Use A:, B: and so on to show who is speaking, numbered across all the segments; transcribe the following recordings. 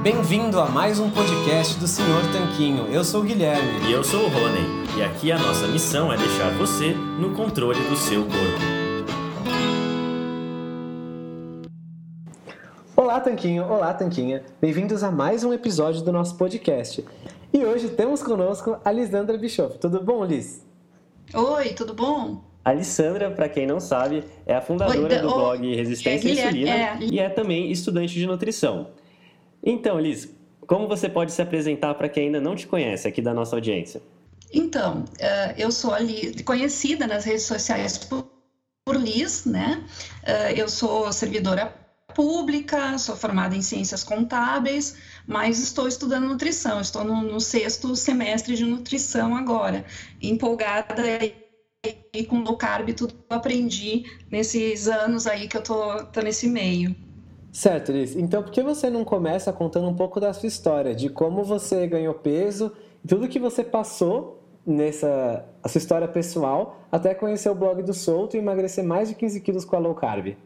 A: Bem-vindo a mais um podcast do Senhor Tanquinho. Eu sou o Guilherme.
B: E eu sou o Rony. E aqui a nossa missão é deixar você no controle do seu corpo.
A: Olá, Tanquinho. Olá, Tanquinha. Bem-vindos a mais um episódio do nosso podcast. E hoje temos conosco a Lisandra Bischoff. Tudo bom, Liz?
C: Oi, tudo bom?
B: A Lissandra, para quem não sabe, é a fundadora do blog Resistência à Insulina e é também estudante de nutrição. Então, Liz, como você pode se apresentar para quem ainda não te conhece aqui da nossa audiência?
C: Então, eu sou conhecida nas redes sociais por Liz, né? Eu sou servidora pública, sou formada em ciências contábeis, mas estou estudando nutrição, estou no 6º semestre de nutrição agora, empolgada e com low carb, tudo que eu aprendi nesses anos aí que eu tô nesse meio.
A: Certo, Liz. Então, por que você não começa contando um pouco da sua história, de como você ganhou peso, tudo que você passou a sua história pessoal, até conhecer o blog do Souto e emagrecer mais de 15 quilos com a low carb?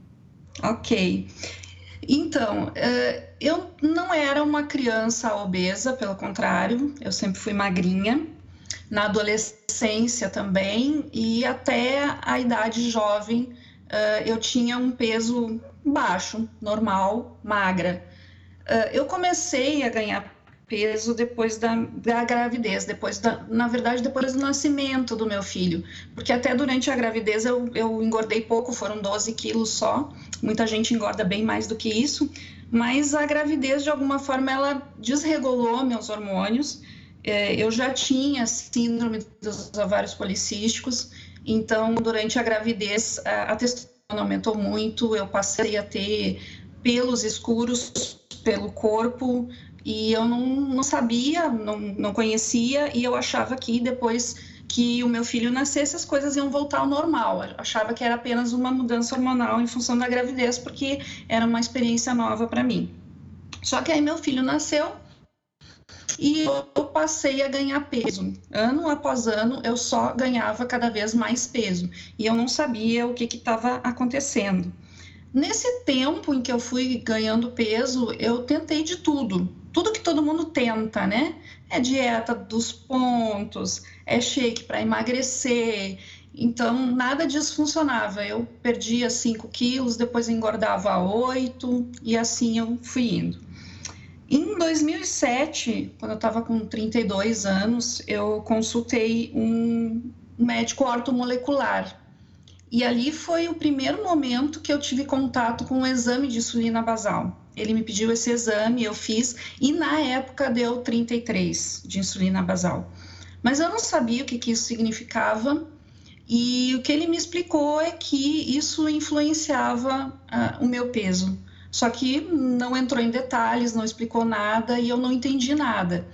C: Ok. Então, eu não era uma criança obesa, pelo contrário, eu sempre fui magrinha. Na adolescência também e até a idade jovem, eu tinha um peso baixo, normal, magra. Eu comecei a ganhar peso depois da gravidez, na verdade, depois do nascimento do meu filho, porque até durante a gravidez eu engordei pouco, foram 12 quilos só, muita gente engorda bem mais do que isso, mas a gravidez, de alguma forma, ela desregulou meus hormônios. Eu já tinha síndrome dos ovários policísticos, então durante a gravidez a testosterona aumentou muito, eu passei a ter pelos escuros pelo corpo e eu não sabia, não conhecia, e eu achava que depois que o meu filho nascesse as coisas iam voltar ao normal. Eu achava que era apenas uma mudança hormonal em função da gravidez, porque era uma experiência nova para mim. Só que aí meu filho nasceu e eu passei a ganhar peso. Ano após ano, eu só ganhava cada vez mais peso. E eu não sabia o que estava acontecendo. Nesse tempo em que eu fui ganhando peso, eu tentei de tudo. Tudo que todo mundo tenta, né? É dieta dos pontos, é shake para emagrecer. Então, nada disso funcionava. Eu perdia 5 quilos, depois engordava 8 e assim eu fui indo. Em 2007, quando eu estava com 32 anos, eu consultei um médico ortomolecular. E ali foi o primeiro momento que eu tive contato com o exame de insulina basal. Ele me pediu esse exame, eu fiz, e na época deu 33 de insulina basal. Mas eu não sabia o que isso significava, e o que ele me explicou é que isso influenciava o meu peso. Só que não entrou em detalhes, não explicou nada e eu não entendi nada.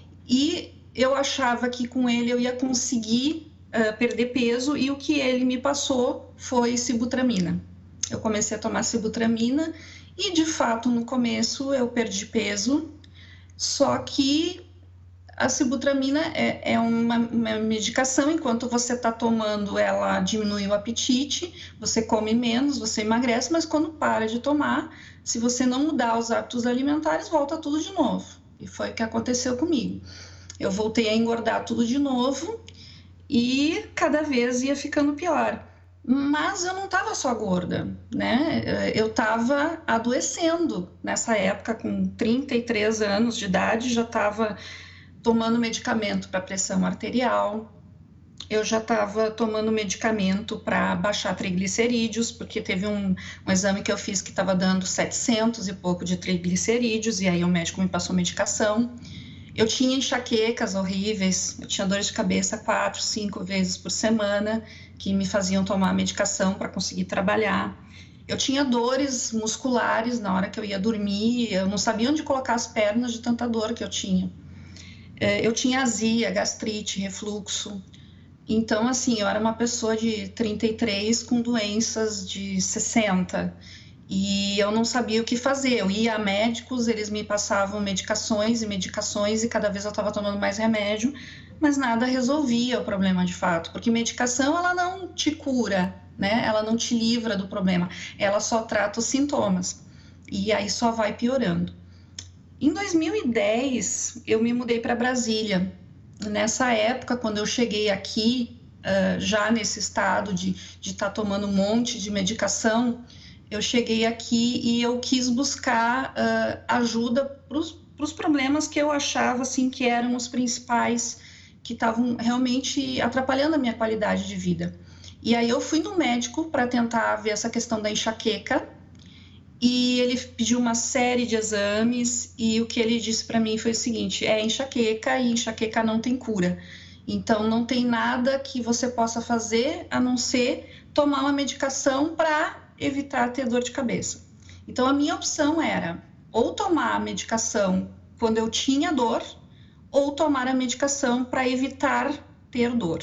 C: E eu achava que com ele eu ia conseguir perder peso, e o que ele me passou foi sibutramina. Eu comecei a tomar sibutramina e, de fato, no começo eu perdi peso, só que a sibutramina é uma medicação, enquanto você está tomando, ela diminui o apetite, você come menos, você emagrece, mas quando para de tomar, se você não mudar os hábitos alimentares, volta tudo de novo. E foi o que aconteceu comigo. Eu voltei a engordar tudo de novo e cada vez ia ficando pior. Mas eu não estava só gorda, né? Eu estava adoecendo nessa época, com 33 anos de idade, já estava tomando medicamento para pressão arterial, eu já estava tomando medicamento para baixar triglicerídeos, porque teve um exame que eu fiz que estava dando 700 e pouco de triglicerídeos, e aí o médico me passou medicação. Eu tinha enxaquecas horríveis, eu tinha dores de cabeça 4, 5 vezes por semana, que me faziam tomar medicação para conseguir trabalhar. Eu tinha dores musculares na hora que eu ia dormir, eu não sabia onde colocar as pernas de tanta dor que eu tinha. Eu tinha azia, gastrite, refluxo. Então, assim, eu era uma pessoa de 33 com doenças de 60 e eu não sabia o que fazer. Eu ia a médicos, eles me passavam medicações e cada vez eu estava tomando mais remédio, mas nada resolvia o problema de fato, porque medicação ela não te cura, né? Ela não te livra do problema, ela só trata os sintomas e aí só vai piorando. Em 2010, eu me mudei para Brasília. Nessa época, quando eu cheguei aqui, já nesse estado de estar tomando um monte de medicação, eu cheguei aqui e eu quis buscar ajuda para os problemas que eu achava assim, que eram os principais, que estavam realmente atrapalhando a minha qualidade de vida. E aí eu fui no médico para tentar ver essa questão da enxaqueca, e ele pediu uma série de exames, e o que ele disse para mim foi o seguinte: é enxaqueca, e enxaqueca não tem cura. Então, não tem nada que você possa fazer a não ser tomar uma medicação para evitar ter dor de cabeça. Então, a minha opção era ou tomar a medicação quando eu tinha dor, ou tomar a medicação para evitar ter dor.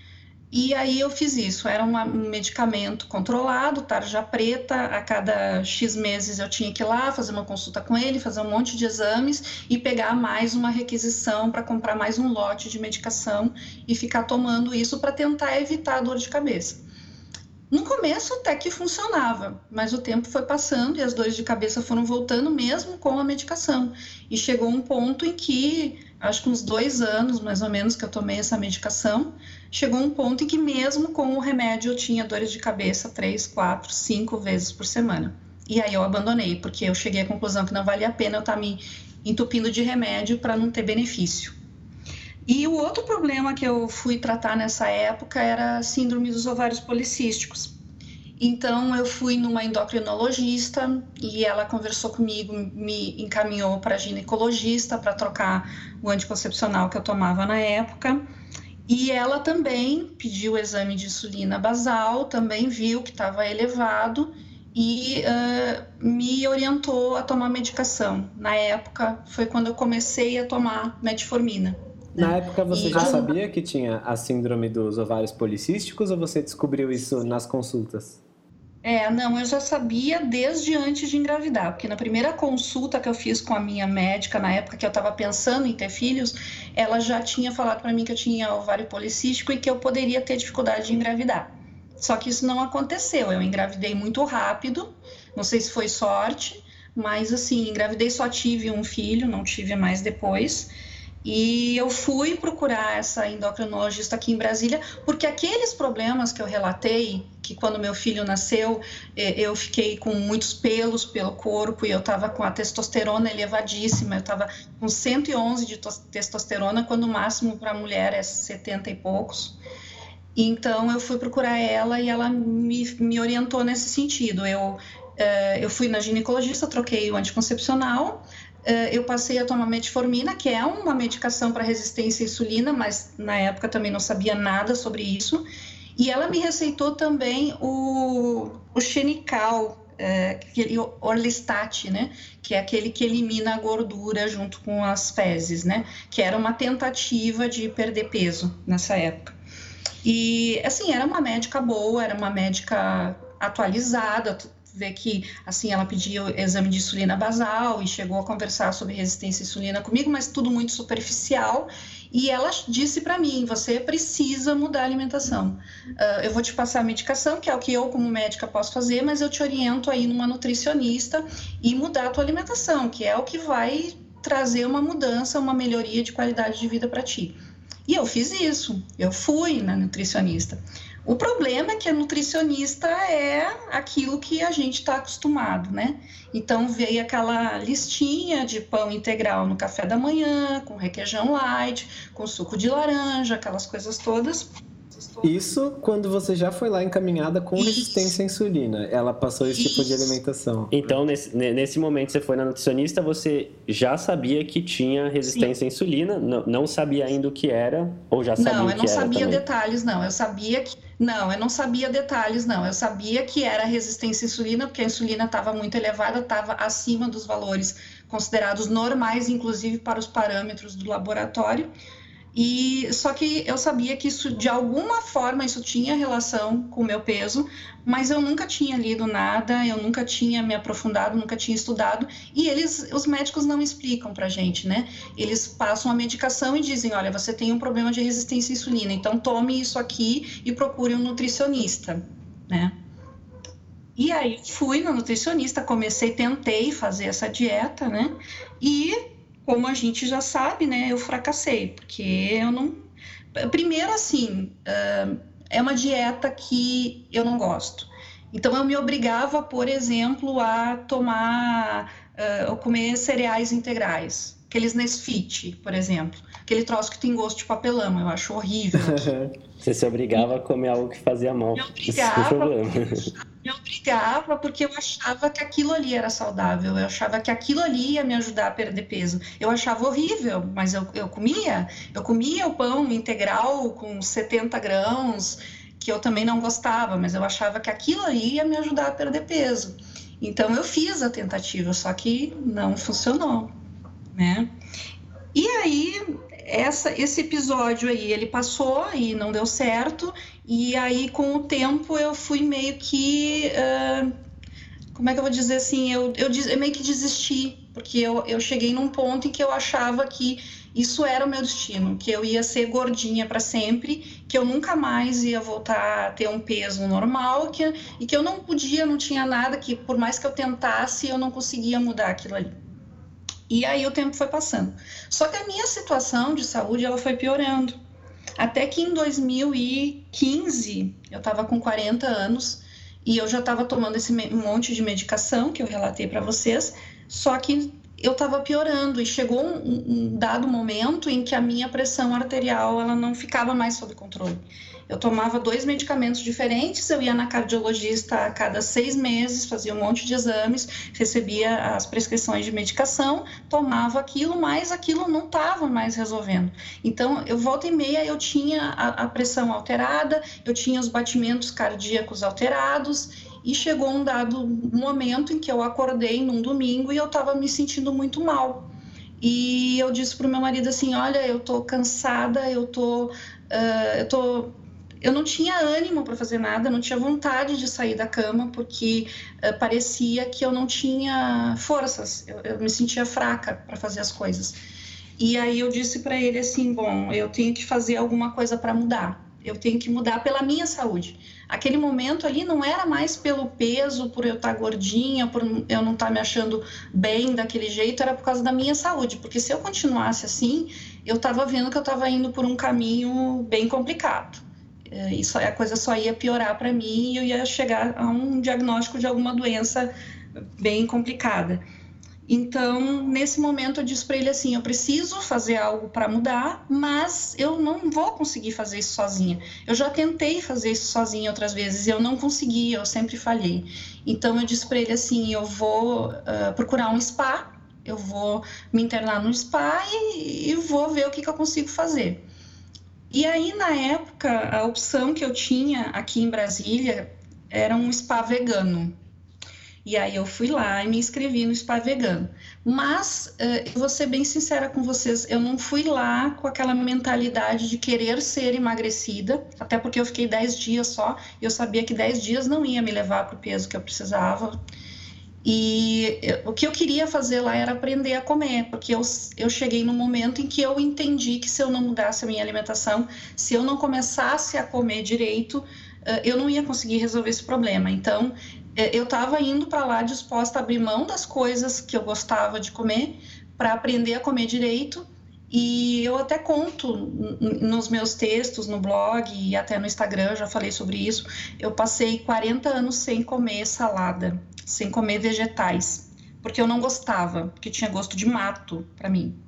C: E aí eu fiz isso, era um medicamento controlado, tarja preta, a cada X meses eu tinha que ir lá fazer uma consulta com ele, fazer um monte de exames e pegar mais uma requisição para comprar mais um lote de medicação e ficar tomando isso para tentar evitar a dor de cabeça. No começo até que funcionava, mas o tempo foi passando e as dores de cabeça foram voltando mesmo com a medicação. E chegou um ponto em que, acho que uns 2 anos mais ou menos que eu tomei essa medicação, chegou um ponto em que mesmo com o remédio eu tinha dores de cabeça 3, 4, 5 vezes por semana. E aí eu abandonei, porque eu cheguei à conclusão que não valia a pena eu estar me entupindo de remédio para não ter benefício. E o outro problema que eu fui tratar nessa época era a síndrome dos ovários policísticos. Então, eu fui numa endocrinologista e ela conversou comigo, me encaminhou para ginecologista para trocar o anticoncepcional que eu tomava na época. E ela também pediu o exame de insulina basal, também viu que estava elevado e me orientou a tomar medicação. Na época, foi quando eu comecei a tomar metformina.
A: Na época você já sabia que tinha a síndrome dos ovários policísticos ou você descobriu isso nas consultas?
C: Não, eu já sabia desde antes de engravidar, porque na primeira consulta que eu fiz com a minha médica, na época que eu estava pensando em ter filhos, ela já tinha falado para mim que eu tinha ovário policístico e que eu poderia ter dificuldade de engravidar. Só que isso não aconteceu, eu engravidei muito rápido, não sei se foi sorte, mas assim, engravidei, só tive um filho, não tive mais depois. E eu fui procurar essa endocrinologista aqui em Brasília, porque aqueles problemas que eu relatei, que quando meu filho nasceu, eu fiquei com muitos pelos pelo corpo e eu estava com a testosterona elevadíssima, eu estava com 111 de testosterona, quando o máximo para a mulher é 70 e poucos. Então, eu fui procurar ela e ela me orientou nesse sentido. Eu fui na ginecologista, troquei o anticoncepcional, eu passei a tomar metformina, que é uma medicação para resistência à insulina, mas na época também não sabia nada sobre isso. E ela me receitou também o Xenical, aquele Orlistat, né? Que é aquele que elimina a gordura junto com as fezes, né? Que era uma tentativa de perder peso nessa época. E, assim, era uma médica boa, era uma médica atualizada, ver que, assim, ela pediu exame de insulina basal e chegou a conversar sobre resistência à insulina comigo, mas tudo muito superficial. E ela disse para mim, você precisa mudar a alimentação. Eu vou te passar a medicação, que é o que eu como médica posso fazer, mas eu te oriento aí numa nutricionista e mudar a tua alimentação, que é o que vai trazer uma mudança, uma melhoria de qualidade de vida para ti. E eu fiz isso, eu fui na nutricionista. O problema é que a nutricionista é aquilo que a gente está acostumado, né? Então, veio aquela listinha de pão integral no café da manhã, com requeijão light, com suco de laranja, aquelas coisas todas.
A: Isso quando você já foi lá encaminhada com resistência à insulina. Ela passou esse tipo de alimentação.
B: Então, nesse momento você foi na nutricionista, você já sabia que tinha resistência à insulina? Não sabia ainda o que era? Ou já sabia o que era?
C: Não, eu não sabia detalhes, não. Eu sabia que... Não, eu não sabia detalhes, não. Eu sabia que era resistência à insulina, porque a insulina estava muito elevada, estava acima dos valores considerados normais, inclusive para os parâmetros do laboratório. E só que eu sabia que isso, de alguma forma, isso tinha relação com o meu peso, mas eu nunca tinha lido nada, eu nunca tinha me aprofundado, nunca tinha estudado, e os médicos não explicam pra gente, né? Eles passam a medicação e dizem, olha, você tem um problema de resistência à insulina, então tome isso aqui e procure um nutricionista, né? E aí fui na nutricionista, tentei fazer essa dieta, né? E como a gente já sabe, né? Eu fracassei, porque eu não... Primeiro, assim, é uma dieta que eu não gosto. Então, eu me obrigava, por exemplo, a comer cereais integrais. Aqueles Nesfit, por exemplo. Aquele troço que tem gosto de papelão, eu acho horrível.
B: Você se obrigava a comer algo que fazia mal.
C: Me obrigava porque eu achava que aquilo ali era saudável, eu achava que aquilo ali ia me ajudar a perder peso. Eu achava horrível, mas eu comia o pão integral com 70 grãos, que eu também não gostava, mas eu achava que aquilo ali ia me ajudar a perder peso. Então eu fiz a tentativa, só que não funcionou, né? E aí, esse episódio aí, ele passou e não deu certo, e aí com o tempo eu fui meio que, como é que eu vou dizer assim, eu meio que desisti, porque eu cheguei num ponto em que eu achava que isso era o meu destino, que eu ia ser gordinha para sempre, que eu nunca mais ia voltar a ter um peso normal, e que eu não tinha nada, que por mais que eu tentasse, eu não conseguia mudar aquilo ali. E aí o tempo foi passando. Só que a minha situação de saúde, ela foi piorando. Até que em 2015, eu estava com 40 anos e eu já estava tomando esse monte de medicação que eu relatei para vocês, só que eu estava piorando e chegou um dado momento em que a minha pressão arterial ela não ficava mais sob controle. Eu tomava 2 medicamentos diferentes, eu ia na cardiologista a cada 6 meses, fazia um monte de exames, recebia as prescrições de medicação, tomava aquilo, mas aquilo não estava mais resolvendo. Então, volta e meia, eu tinha a pressão alterada, eu tinha os batimentos cardíacos alterados, e chegou um dado momento em que eu acordei num domingo e eu estava me sentindo muito mal. E eu disse para o meu marido assim, olha, eu estou cansada, eu não tinha ânimo para fazer nada, não tinha vontade de sair da cama, porque parecia que eu não tinha forças, eu me sentia fraca para fazer as coisas. E aí eu disse para ele assim, bom, eu tenho que fazer alguma coisa para mudar, eu tenho que mudar pela minha saúde. Aquele momento ali não era mais pelo peso, por eu estar gordinha, por eu não estar me achando bem daquele jeito, era por causa da minha saúde, porque se eu continuasse assim, eu estava vendo que eu estava indo por um caminho bem complicado. Isso, a coisa só ia piorar para mim e eu ia chegar a um diagnóstico de alguma doença bem complicada. Então, nesse momento, eu disse para ele assim, eu preciso fazer algo para mudar, mas eu não vou conseguir fazer isso sozinha. Eu já tentei fazer isso sozinha outras vezes e eu não consegui, eu sempre falhei. Então, eu disse para ele assim, eu vou procurar um spa, eu vou me internar no spa e vou ver o que eu consigo fazer. E aí, na época, a opção que eu tinha aqui em Brasília era um spa vegano. E aí eu fui lá e me inscrevi no spa vegano. Mas, eu vou ser bem sincera com vocês, eu não fui lá com aquela mentalidade de querer ser emagrecida, até porque eu fiquei 10 dias só, e eu sabia que 10 dias não ia me levar para o peso que eu precisava. E o que eu queria fazer lá era aprender a comer, porque eu cheguei num momento em que eu entendi que se eu não mudasse a minha alimentação, se eu não começasse a comer direito, eu não ia conseguir resolver esse problema. Então, eu estava indo para lá disposta a abrir mão das coisas que eu gostava de comer para aprender a comer direito. E eu até conto nos meus textos, no blog e até no Instagram, já falei sobre isso, eu passei 40 anos sem comer salada, sem comer vegetais, porque eu não gostava, porque tinha gosto de mato para mim.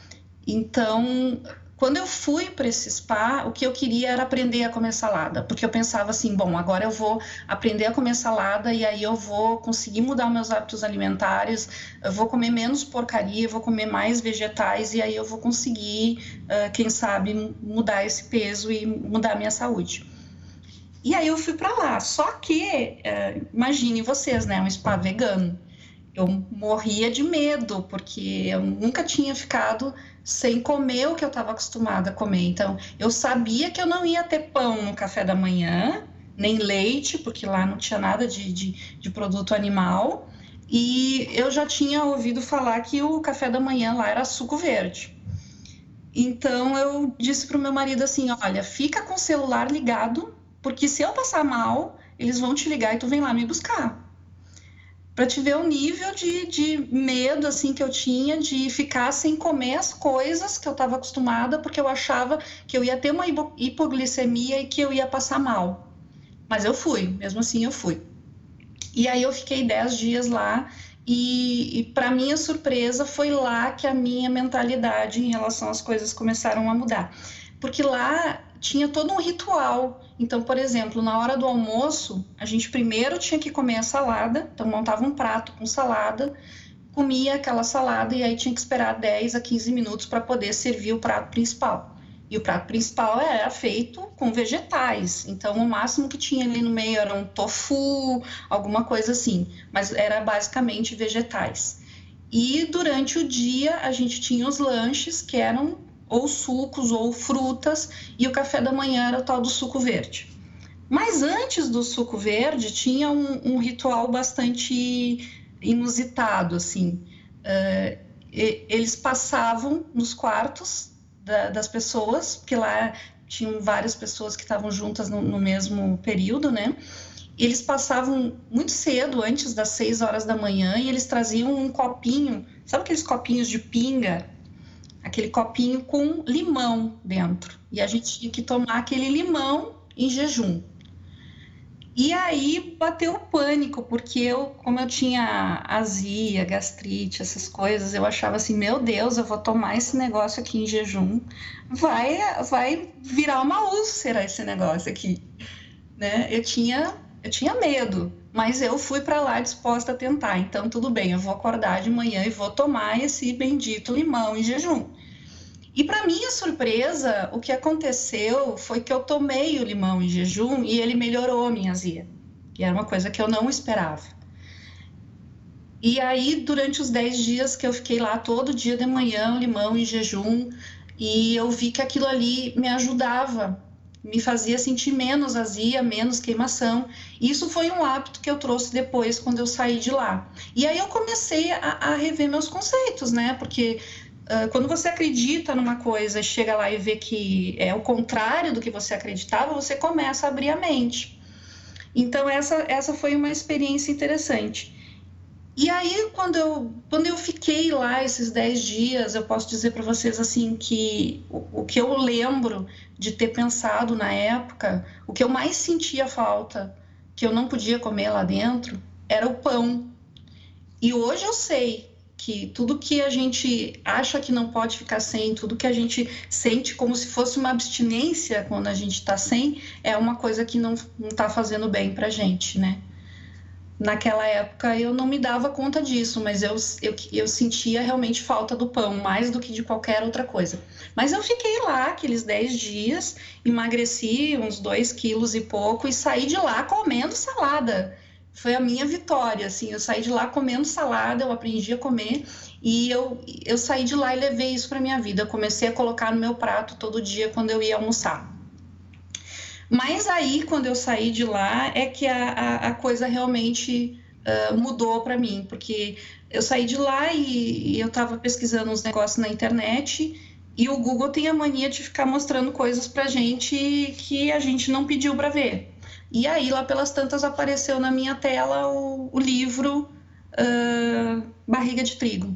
C: Então, quando eu fui para esse spa, o que eu queria era aprender a comer salada, porque eu pensava assim, bom, agora eu vou aprender a comer salada e aí eu vou conseguir mudar meus hábitos alimentares, eu vou comer menos porcaria, vou comer mais vegetais e aí eu vou conseguir, quem sabe, mudar esse peso e mudar a minha saúde. E aí eu fui para lá, só que, imagine vocês, né, um spa vegano. Eu morria de medo, porque eu nunca tinha ficado sem comer o que eu estava acostumada a comer. Então, eu sabia que eu não ia ter pão no café da manhã, nem leite, porque lá não tinha nada de produto animal. E eu já tinha ouvido falar que o café da manhã lá era suco verde. Então, eu disse para o meu marido assim, olha, fica com o celular ligado, porque se eu passar mal, eles vão te ligar e tu vem lá me buscar. Para te ver o nível de medo assim que eu tinha de ficar sem comer as coisas que eu estava acostumada, porque eu achava que eu ia ter uma hipoglicemia e que eu ia passar mal. Mas eu fui, mesmo assim eu fui. E aí eu fiquei 10 dias lá e para minha surpresa foi lá que a minha mentalidade em relação às coisas começaram a mudar. Porque lá tinha todo um ritual. Então, por exemplo, na hora do almoço, a gente primeiro tinha que comer a salada, então montava um prato com salada, comia aquela salada e aí tinha que esperar 10 a 15 minutos para poder servir o prato principal. E o prato principal era feito com vegetais, então o máximo que tinha ali no meio era um tofu, alguma coisa assim, mas era basicamente vegetais. E durante o dia a gente tinha os lanches, que eram ou sucos ou frutas, e o café da manhã era o tal do suco verde. Mas antes do suco verde tinha um ritual bastante inusitado, assim. Eles passavam nos quartos das pessoas, porque lá tinham várias pessoas que estavam juntas no mesmo período, né? Eles passavam muito cedo, antes das 6 horas da manhã, e eles traziam um copinho, sabe aqueles copinhos de pinga? Aquele copinho com limão dentro. E a gente tinha que tomar aquele limão em jejum. E aí bateu o pânico, porque como eu tinha azia, gastrite, essas coisas, eu achava assim, meu Deus, eu vou tomar esse negócio aqui em jejum, vai virar uma úlcera esse negócio aqui, né? Eu tinha medo, mas eu fui para lá disposta a tentar. Então, tudo bem, eu vou acordar de manhã e vou tomar esse bendito limão em jejum. E para minha surpresa, o que aconteceu foi que eu tomei o limão em jejum e ele melhorou a minha azia. E era uma coisa que eu não esperava. E aí, durante os 10 dias que eu fiquei lá todo dia de manhã, limão em jejum, e eu vi que aquilo ali me ajudava, me fazia sentir menos azia, menos queimação. E isso foi um hábito que eu trouxe depois, quando eu saí de lá. E aí eu comecei a rever meus conceitos, né? Porque quando você acredita numa coisa e chega lá e vê que é o contrário do que você acreditava, você começa a abrir a mente. Então, essa foi uma experiência interessante. E aí, quando eu fiquei lá esses 10 dias, eu posso dizer para vocês assim que o que eu lembro de ter pensado na época, o que eu mais sentia falta, que eu não podia comer lá dentro, era o pão. E hoje eu sei que tudo que a gente acha que não pode ficar sem, tudo que a gente sente como se fosse uma abstinência quando a gente está sem, é uma coisa que não está fazendo bem para a gente, né? Naquela época eu não me dava conta disso, mas eu sentia realmente falta do pão, mais do que de qualquer outra coisa. Mas eu fiquei lá aqueles 10 dias, emagreci uns 2 quilos e pouco e saí de lá comendo salada. Foi a minha vitória, assim, eu saí de lá comendo salada, eu aprendi a comer e eu saí de lá e levei isso para minha vida. Eu comecei a colocar no meu prato todo dia quando eu ia almoçar. Mas aí, quando eu saí de lá, é que a coisa realmente mudou para mim, porque eu saí de lá e eu estava pesquisando uns negócios na internet e o Google tem a mania de ficar mostrando coisas para gente que a gente não pediu para ver. E aí, lá pelas tantas, apareceu na minha tela o livro Barriga de Trigo.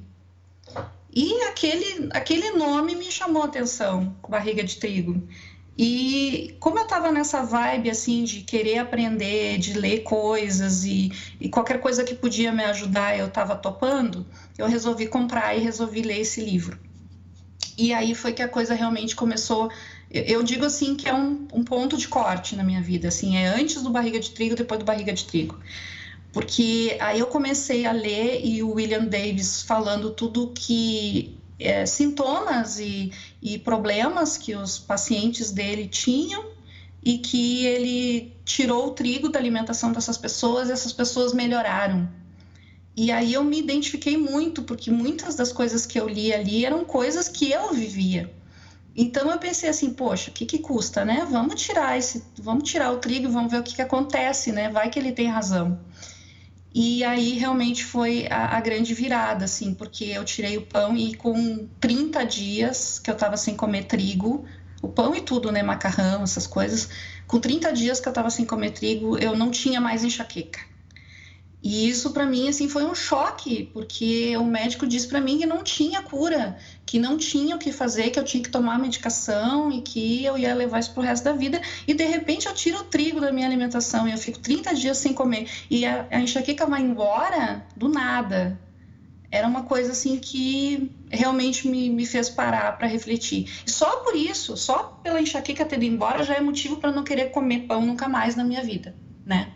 C: E aquele nome me chamou a atenção, Barriga de Trigo. E como eu estava nessa vibe, assim, de querer aprender, de ler coisas e qualquer coisa que podia me ajudar, eu estava topando, eu resolvi comprar e resolvi ler esse livro. E aí foi que a coisa realmente começou. Eu digo assim que é um ponto de corte na minha vida, assim, é antes do Barriga de Trigo, depois do Barriga de Trigo. Porque aí eu comecei a ler e o William Davis falando tudo que sintomas e problemas que os pacientes dele tinham e que ele tirou o trigo da alimentação dessas pessoas e essas pessoas melhoraram. E aí eu me identifiquei muito, porque muitas das coisas que eu li ali eram coisas que eu vivia. Então eu pensei assim, poxa, o que custa, né? Vamos tirar o trigo, vamos ver o que acontece, né? Vai que ele tem razão. E aí realmente foi a grande virada, assim, porque eu tirei o pão e com 30 dias que eu estava sem comer trigo, o pão e tudo, né, macarrão, essas coisas, com 30 dias que eu estava sem comer trigo, eu não tinha mais enxaqueca. E isso para mim assim foi um choque, porque o médico disse para mim que não tinha cura, que não tinha o que fazer, que eu tinha que tomar medicação e que eu ia levar isso pro resto da vida. E de repente eu tiro o trigo da minha alimentação e eu fico 30 dias sem comer e a enxaqueca vai embora do nada. Era uma coisa assim que realmente me fez parar para refletir. E só por isso, só pela enxaqueca ter ido embora, já é motivo para não querer comer pão nunca mais na minha vida, né?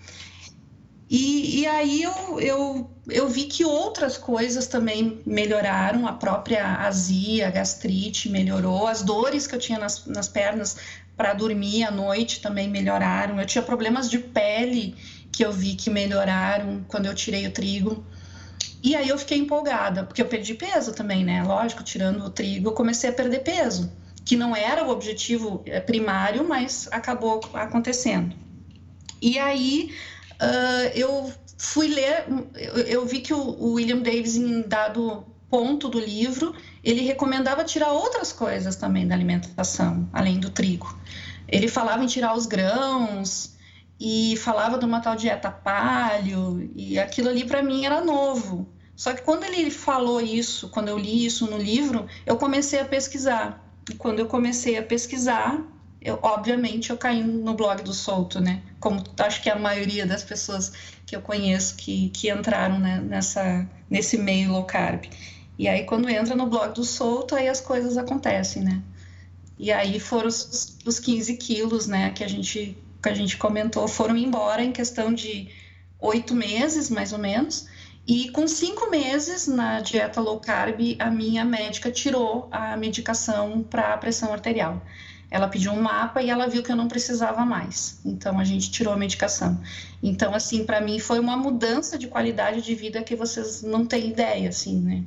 C: E aí eu vi que outras coisas também melhoraram, a própria azia, a gastrite melhorou, as dores que eu tinha nas pernas para dormir à noite também melhoraram. Eu tinha problemas de pele que eu vi que melhoraram quando eu tirei o trigo. E aí eu fiquei empolgada, porque eu perdi peso também, né? Lógico, tirando o trigo, eu comecei a perder peso, que não era o objetivo primário, mas acabou acontecendo. E aí eu fui ler, eu vi que o William Davis, em dado ponto do livro, ele recomendava tirar outras coisas também da alimentação, além do trigo. Ele falava em tirar os grãos e falava de uma tal dieta paleo, e aquilo ali para mim era novo. Só que quando ele falou isso, quando eu li isso no livro, eu comecei a pesquisar. E quando eu comecei a pesquisar, obviamente eu caí no blog do Souto, né? Como acho que a maioria das pessoas que eu conheço que entraram, né, nesse meio low carb. E aí quando entra no blog do Souto, aí as coisas acontecem, né? E aí foram os 15 quilos, né, que a gente comentou, foram embora em questão de 8 meses, mais ou menos. E com 5 meses na dieta low carb, a minha médica tirou a medicação para a pressão arterial. Ela pediu um mapa e ela viu que eu não precisava mais. Então, a gente tirou a medicação. Então, assim, para mim foi uma mudança de qualidade de vida que vocês não têm ideia, assim, né?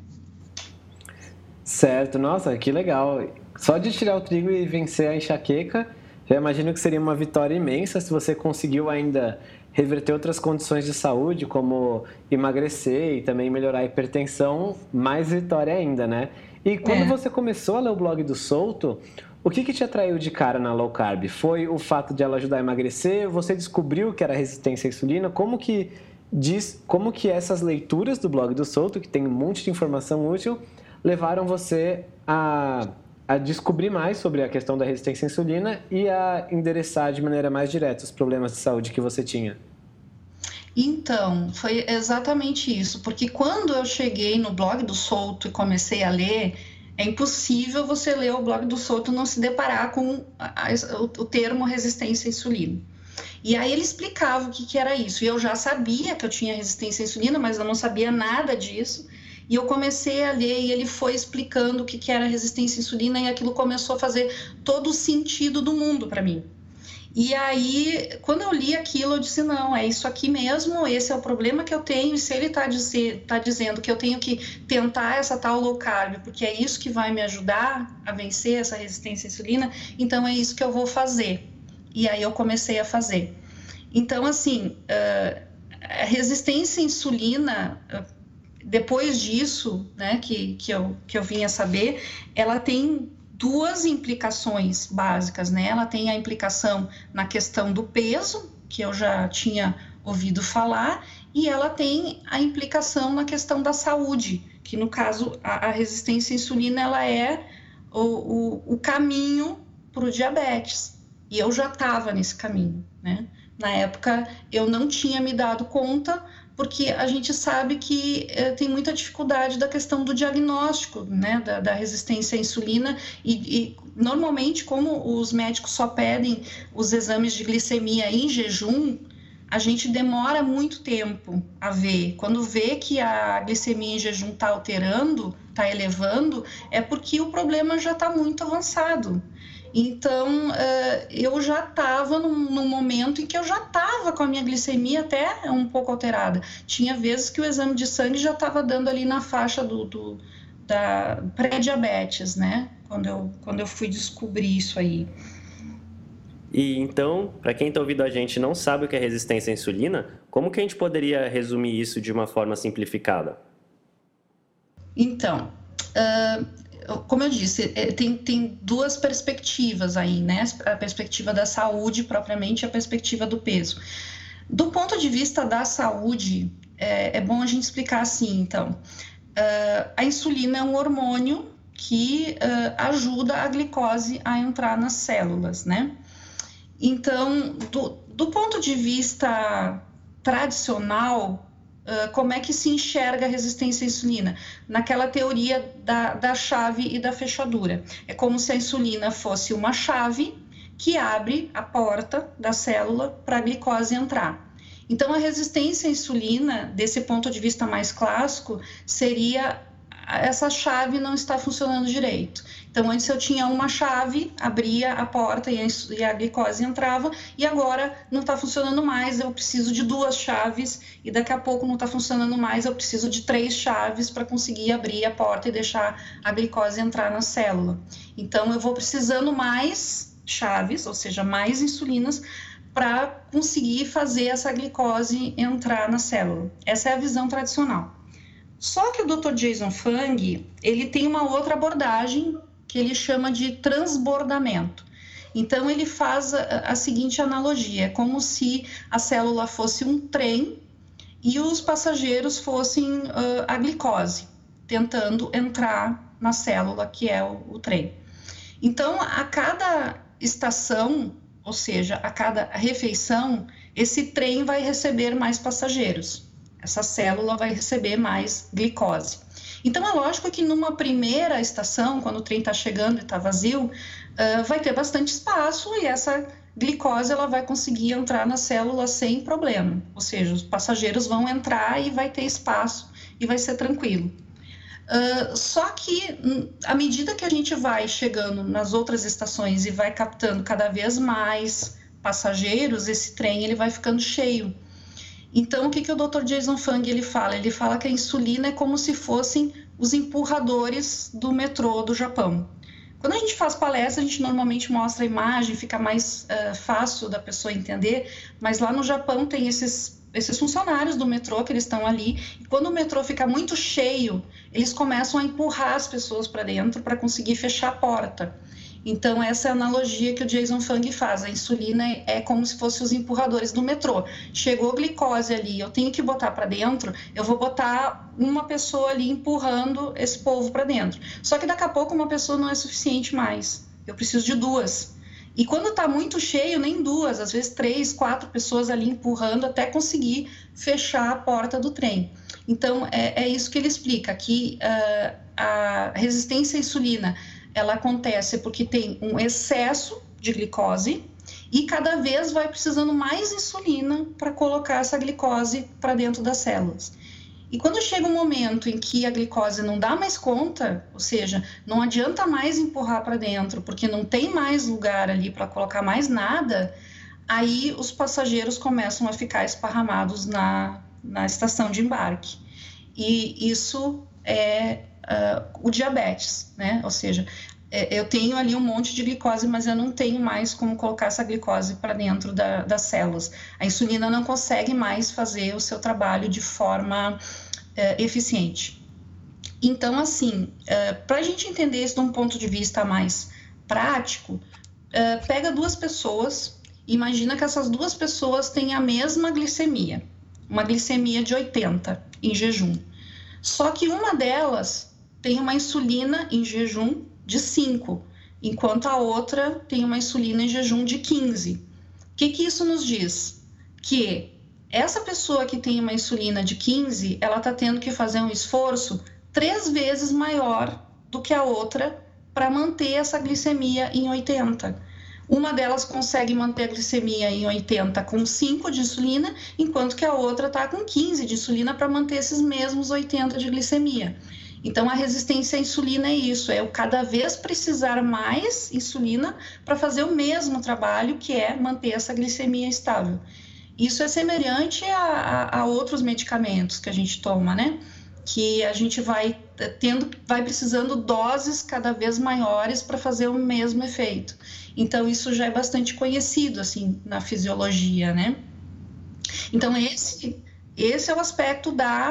A: Certo. Nossa, que legal. Só de tirar o trigo e vencer a enxaqueca, já imagino que seria uma vitória imensa se você conseguiu ainda reverter outras condições de saúde, como emagrecer e também melhorar a hipertensão, mais vitória ainda, né? E quando você começou a ler o blog do Souto, o que te atraiu de cara na low carb? Foi o fato de ela ajudar a emagrecer? Você descobriu que era resistência à insulina? Como que essas leituras do blog do Souto, que tem um monte de informação útil, levaram você a descobrir mais sobre a questão da resistência à insulina e a endereçar de maneira mais direta os problemas de saúde que você tinha?
C: Então, foi exatamente isso, porque quando eu cheguei no blog do Souto e comecei a ler, é impossível você ler o blog do Souto e não se deparar com o termo resistência à insulina. E aí ele explicava o que era isso, e eu já sabia que eu tinha resistência à insulina, mas eu não sabia nada disso. E eu comecei a ler e ele foi explicando o que era resistência à insulina e aquilo começou a fazer todo o sentido do mundo para mim. E aí, quando eu li aquilo, eu disse, não, é isso aqui mesmo, esse é o problema que eu tenho, e se ele tá dizendo que eu tenho que tentar essa tal low carb, porque é isso que vai me ajudar a vencer essa resistência à insulina, então é isso que eu vou fazer. E aí eu comecei a fazer. Então, assim, a resistência à insulina, depois disso, né, que eu vim a saber, ela tem duas implicações básicas, né? Ela tem a implicação na questão do peso, que eu já tinha ouvido falar, e ela tem a implicação na questão da saúde, que no caso a resistência à insulina ela é o caminho para o diabetes. E eu já estava nesse caminho, né? Na época eu não tinha me dado conta, porque a gente sabe que tem muita dificuldade da questão do diagnóstico, né, da resistência à insulina e normalmente, como os médicos só pedem os exames de glicemia em jejum, a gente demora muito tempo a ver. Quando vê que a glicemia em jejum está alterando, está elevando, é porque o problema já está muito avançado. Então, eu já estava num momento em que eu já estava com a minha glicemia até um pouco alterada. Tinha vezes que o exame de sangue já estava dando ali na faixa da pré-diabetes, né? Quando eu fui descobrir isso aí.
B: E então, para quem está ouvindo a gente e não sabe o que é resistência à insulina, como que a gente poderia resumir isso de uma forma simplificada?
C: Então, como eu disse, tem duas perspectivas aí, né? A perspectiva da saúde propriamente e a perspectiva do peso. Do ponto de vista da saúde, é bom a gente explicar assim, então. A insulina é um hormônio que ajuda a glicose a entrar nas células, né? Então, do ponto de vista tradicional, como é que se enxerga a resistência à insulina? Naquela teoria da chave e da fechadura. É como se a insulina fosse uma chave que abre a porta da célula para a glicose entrar. Então, a resistência à insulina, desse ponto de vista mais clássico, seria essa chave não está funcionando direito. Então, antes eu tinha uma chave, abria a porta e a glicose entrava, e agora não está funcionando mais, eu preciso de 2 chaves, e daqui a pouco não está funcionando mais, eu preciso de 3 chaves para conseguir abrir a porta e deixar a glicose entrar na célula. Então, eu vou precisando mais chaves, ou seja, mais insulinas, para conseguir fazer essa glicose entrar na célula. Essa é a visão tradicional. Só que o Dr. Jason Fung, ele tem uma outra abordagem que ele chama de transbordamento. Então, ele faz a seguinte analogia, é como se a célula fosse um trem e os passageiros fossem a glicose, tentando entrar na célula, que é o trem. Então, a cada estação, ou seja, a cada refeição, esse trem vai receber mais passageiros. Essa célula vai receber mais glicose. Então, é lógico que numa primeira estação, quando o trem está chegando e está vazio, vai ter bastante espaço e essa glicose ela vai conseguir entrar na célula sem problema. Ou seja, os passageiros vão entrar e vai ter espaço e vai ser tranquilo. Só que, à medida que a gente vai chegando nas outras estações e vai captando cada vez mais passageiros, esse trem ele vai ficando cheio. Então, o que o Dr. Jason Fung ele fala? Ele fala que a insulina é como se fossem os empurradores do metrô do Japão. Quando a gente faz palestra, a gente normalmente mostra a imagem, fica mais fácil da pessoa entender, mas lá no Japão tem esses funcionários do metrô que eles estão ali, e quando o metrô fica muito cheio, eles começam a empurrar as pessoas para dentro para conseguir fechar a porta. Então, essa é a analogia que o Jason Fung faz. A insulina é como se fossem os empurradores do metrô. Chegou glicose ali, eu tenho que botar para dentro, eu vou botar uma pessoa ali empurrando esse povo para dentro. Só que daqui a pouco uma pessoa não é suficiente mais. Eu preciso de 2. E quando está muito cheio, nem 2, às vezes 3, 4 pessoas ali empurrando até conseguir fechar a porta do trem. Então, é isso que ele explica, que a resistência à insulina ela acontece porque tem um excesso de glicose e cada vez vai precisando mais insulina para colocar essa glicose para dentro das células. E quando chega um momento em que a glicose não dá mais conta, ou seja, não adianta mais empurrar para dentro, porque não tem mais lugar ali para colocar mais nada, aí os passageiros começam a ficar esparramados na estação de embarque. E isso é o diabetes, né? Ou seja, eu tenho ali um monte de glicose, mas eu não tenho mais como colocar essa glicose para dentro das células. A insulina não consegue mais fazer o seu trabalho de forma eficiente. Então, assim, para a gente entender isso de um ponto de vista mais prático, pega 2 pessoas, imagina que essas 2 pessoas têm a mesma glicemia, uma glicemia de 80 em jejum. Só que uma delas tem uma insulina em jejum de 5, enquanto a outra tem uma insulina em jejum de 15. O que isso nos diz? Que essa pessoa que tem uma insulina de 15, ela está tendo que fazer um esforço 3 vezes maior do que a outra para manter essa glicemia em 80. Uma delas consegue manter a glicemia em 80 com 5 de insulina, enquanto que a outra está com 15 de insulina para manter esses mesmos 80 de glicemia. Então, a resistência à insulina é isso, é eu cada vez precisar mais insulina para fazer o mesmo trabalho, que é manter essa glicemia estável. Isso é semelhante a outros medicamentos que a gente toma, né? Que a gente vai precisando doses cada vez maiores para fazer o mesmo efeito. Então, isso já é bastante conhecido, assim, na fisiologia, né? Então, esse é o aspecto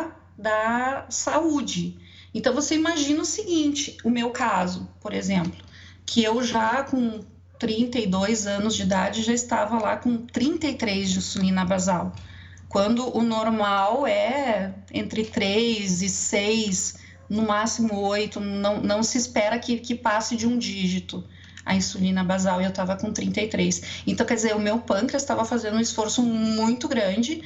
C: da saúde. Então, você imagina o seguinte, o meu caso, por exemplo, que eu já com 32 anos de idade, já estava lá com 33 de insulina basal, quando o normal é entre 3 e 6, no máximo 8, não se espera que passe de um dígito a insulina basal, e eu estava com 33. Então, quer dizer, o meu pâncreas estava fazendo um esforço muito grande,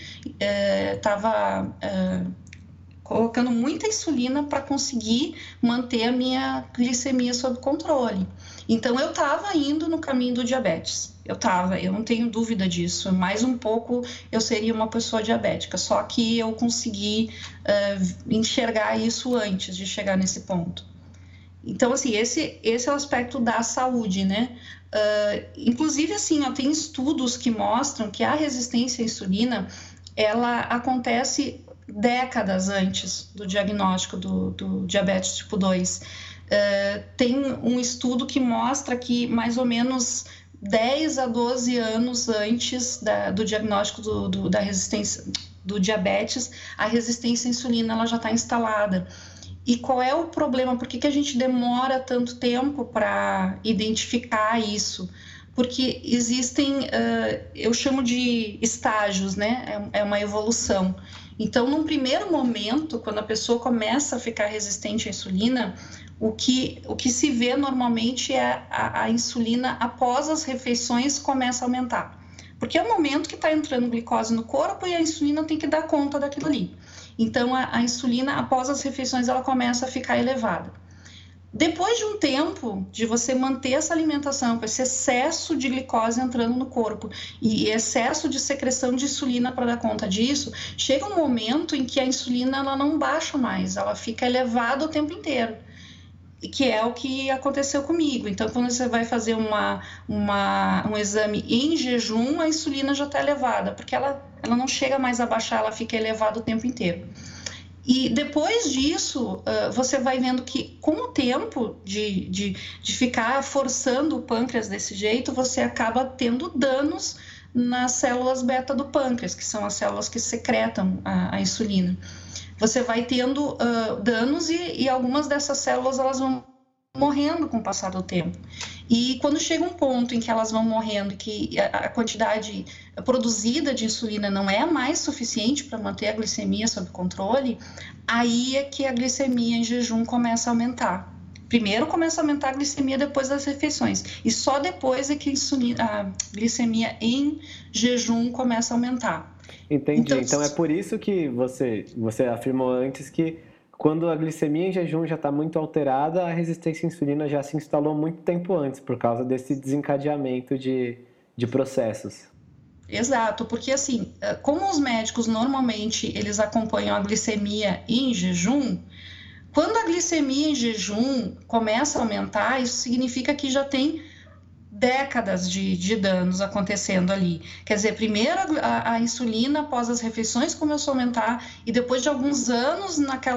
C: estava colocando muita insulina para conseguir manter a minha glicemia sob controle. Então, eu estava indo no caminho do diabetes. Eu não tenho dúvida disso. Mais um pouco eu seria uma pessoa diabética, só que eu consegui enxergar isso antes de chegar nesse ponto. Então, assim, esse é o aspecto da saúde, né? Inclusive, assim, tem estudos que mostram que a resistência à insulina, ela acontece décadas antes do diagnóstico do diabetes tipo 2. Tem um estudo que mostra que mais ou menos 10 a 12 anos antes do diagnóstico da resistência do diabetes, a resistência à insulina ela já está instalada. E qual é o problema? Por que a gente demora tanto tempo para identificar isso? Porque existem, eu chamo de estágios, né? É uma evolução. Então, num primeiro momento, quando a pessoa começa a ficar resistente à insulina, o que se vê normalmente é a insulina, após as refeições, começa a aumentar. Porque é o momento que está entrando glicose no corpo e a insulina tem que dar conta daquilo ali. Então, a insulina, após as refeições, ela começa a ficar elevada. Depois de um tempo de você manter essa alimentação com esse excesso de glicose entrando no corpo e excesso de secreção de insulina para dar conta disso, chega um momento em que a insulina ela não baixa mais, ela fica elevada o tempo inteiro, que é o que aconteceu comigo. Então, quando você vai fazer um exame em jejum, a insulina já está elevada, porque ela não chega mais a baixar, ela fica elevada o tempo inteiro. E depois disso, você vai vendo que com o tempo de ficar forçando o pâncreas desse jeito, você acaba tendo danos nas células beta do pâncreas, que são as células que secretam a insulina. Você vai tendo danos e algumas dessas células elas vão morrendo com o passar do tempo. E quando chega um ponto em que elas vão morrendo, que a quantidade produzida de insulina não é mais suficiente para manter a glicemia sob controle, aí é que a glicemia em jejum começa a aumentar. Primeiro começa a aumentar a glicemia depois das refeições, e só depois é que a glicemia em jejum começa a aumentar.
A: Entendi. Então é por isso que você afirmou antes que quando a glicemia em jejum já está muito alterada, a resistência à insulina já se instalou muito tempo antes, por causa desse desencadeamento de processos.
C: Exato, porque assim, como os médicos normalmente eles acompanham a glicemia em jejum, quando a glicemia em jejum começa a aumentar, isso significa que já tem décadas de danos acontecendo ali. Quer dizer, primeiro a insulina após as refeições começou a aumentar e depois de alguns anos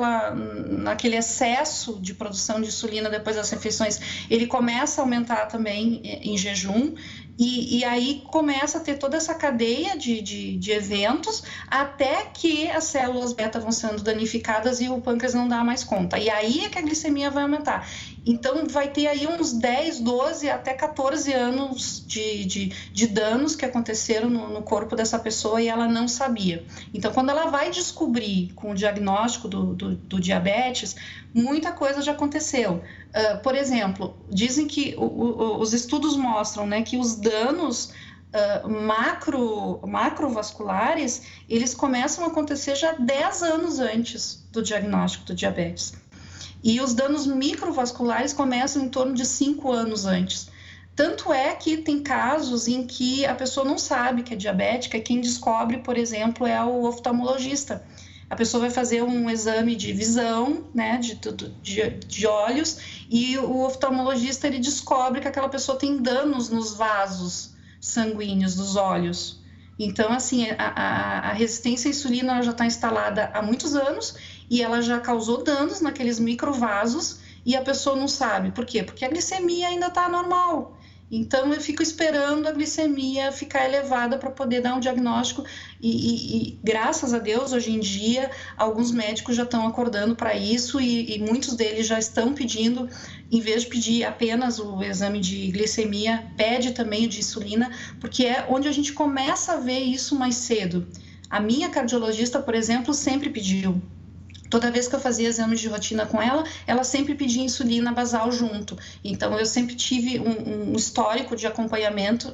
C: naquele excesso de produção de insulina depois das refeições, ele começa a aumentar também em jejum. E aí começa a ter toda essa cadeia de eventos até que as células beta vão sendo danificadas e o pâncreas não dá mais conta. E aí é que a glicemia vai aumentar. Então vai ter aí uns 10, 12, até 14 anos de danos que aconteceram no corpo dessa pessoa e ela não sabia. Então quando ela vai descobrir com o diagnóstico do diabetes, muita coisa já aconteceu. Por exemplo, dizem que os estudos mostram, né, que os danos macrovasculares, eles começam a acontecer já 10 anos antes do diagnóstico do diabetes. E os danos microvasculares começam em torno de 5 anos antes. Tanto é que tem casos em que a pessoa não sabe que é diabética e quem descobre, por exemplo, é o oftalmologista. A pessoa vai fazer um exame de visão, né, de olhos, e o oftalmologista ele descobre que aquela pessoa tem danos nos vasos sanguíneos dos olhos. Então, assim, a resistência à insulina ela já está instalada há muitos anos e ela já causou danos naqueles microvasos e a pessoa não sabe. Por quê? Porque a glicemia ainda está normal. Então, eu fico esperando a glicemia ficar elevada para poder dar um diagnóstico e, graças a Deus, hoje em dia, alguns médicos já estão acordando para isso e muitos deles já estão pedindo, em vez de pedir apenas o exame de glicemia, pede também o de insulina, porque é onde a gente começa a ver isso mais cedo. A minha cardiologista, por exemplo, sempre pediu. Toda vez que eu fazia exames de rotina com ela, ela sempre pedia insulina basal junto. Então, eu sempre tive um histórico de acompanhamento.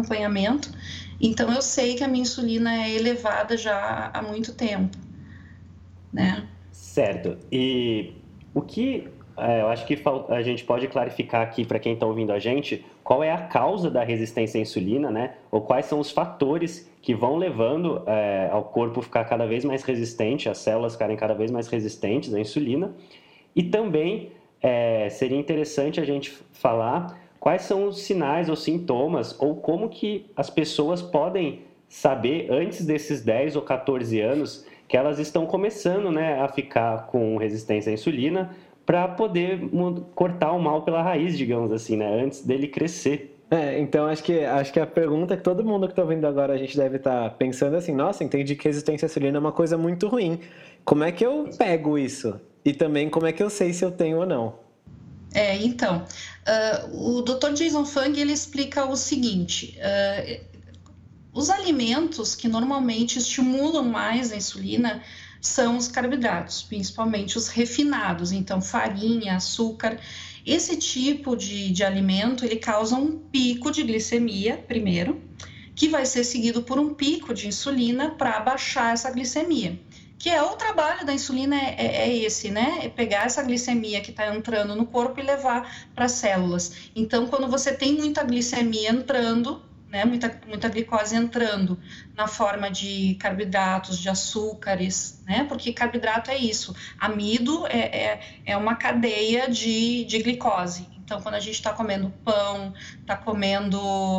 C: Então, eu sei que a minha insulina é elevada já há muito tempo, né?
B: Certo. E o que eu acho que a gente pode clarificar aqui para quem está ouvindo a gente, qual é a causa da resistência à insulina, né? Ou quais são os fatores que vão levando ao corpo ficar cada vez mais resistente, as células ficarem cada vez mais resistentes à insulina. E também seria interessante a gente falar quais são os sinais ou sintomas, ou como que as pessoas podem saber, antes desses 10 ou 14 anos, que elas estão começando, né, a ficar com resistência à insulina, para poder cortar o mal pela raiz, digamos assim, né, antes dele crescer.
A: Então acho que a pergunta que todo mundo que está ouvindo agora a gente deve estar pensando assim, nossa, entendi que resistência à insulina é uma coisa muito ruim. Como é que eu pego isso? E também como é que eu sei se eu tenho ou não?
C: Então, o Dr. Jason Fung, ele explica o seguinte, os alimentos que normalmente estimulam mais a insulina são os carboidratos, principalmente os refinados, então farinha, açúcar. Esse tipo de alimento, ele causa um pico de glicemia, primeiro, que vai ser seguido por um pico de insulina para baixar essa glicemia. Que é o trabalho da insulina, esse, né? É pegar essa glicemia que está entrando no corpo e levar para as células. Então, quando você tem muita glicemia entrando, né, muita glicose entrando na forma de carboidratos, de açúcares, né, porque carboidrato é isso, amido é uma cadeia de glicose. Então, quando a gente está comendo pão, está comendo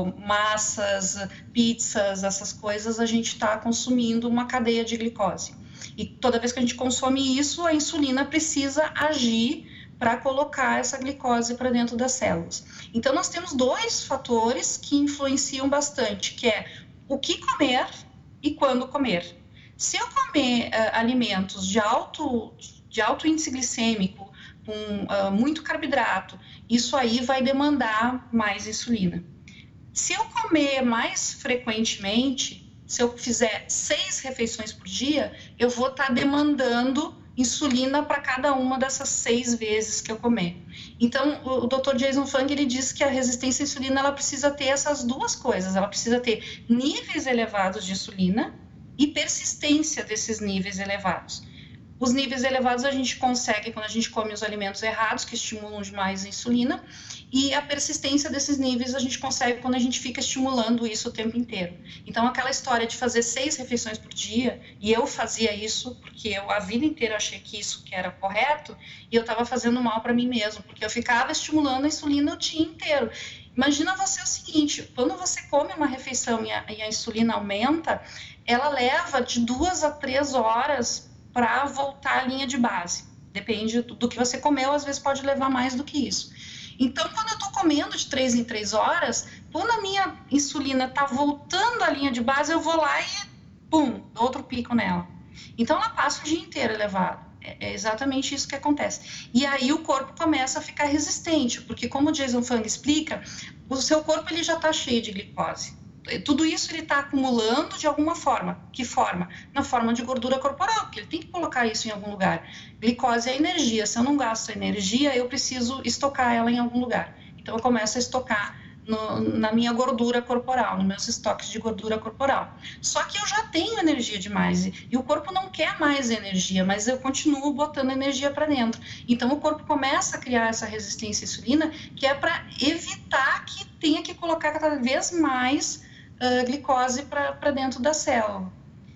C: massas, pizzas, essas coisas, a gente está consumindo uma cadeia de glicose. E toda vez que a gente consome isso, a insulina precisa agir para colocar essa glicose para dentro das células. Então, nós temos dois fatores que influenciam bastante, que é o que comer e quando comer. Se eu comer alimentos de alto índice glicêmico, com muito carboidrato, isso aí vai demandar mais insulina. Se eu comer mais frequentemente, se eu fizer 6 refeições por dia, eu vou estar demandando insulina para cada uma dessas 6 vezes que eu comer. Então, o Dr. Jason Fung, ele diz que a resistência à insulina, ela precisa ter essas duas coisas. Ela precisa ter níveis elevados de insulina e persistência desses níveis elevados. Os níveis elevados a gente consegue quando a gente come os alimentos errados, que estimulam demais a insulina, e a persistência desses níveis a gente consegue quando a gente fica estimulando isso o tempo inteiro. Então, aquela história de fazer 6 refeições por dia, e eu fazia isso porque eu a vida inteira achei que isso que era correto, e eu estava fazendo mal para mim mesmo, porque eu ficava estimulando a insulina o dia inteiro. Imagina você o seguinte, quando você come uma refeição e a insulina aumenta, ela leva de 2 a 3 horas para voltar à linha de base. Depende do que você comeu, às vezes pode levar mais do que isso. Então, quando eu estou comendo de 3 em 3 horas, quando a minha insulina está voltando à linha de base, eu vou lá e, pum, dou outro pico nela. Então, ela passa o dia inteiro elevado. É exatamente isso que acontece. E aí o corpo começa a ficar resistente, porque como o Jason Fung explica, o seu corpo ele já está cheio de glicose. Tudo isso ele está acumulando de alguma forma. Que forma? Na forma de gordura corporal, porque ele tem que colocar isso em algum lugar. Glicose é energia. Se eu não gasto energia, eu preciso estocar ela em algum lugar. Então, eu começo a estocar na minha gordura corporal, nos meus estoques de gordura corporal. Só que eu já tenho energia demais e o corpo não quer mais energia, mas eu continuo botando energia para dentro. Então, o corpo começa a criar essa resistência à insulina, que é para evitar que tenha que colocar cada vez mais glicose para dentro da célula.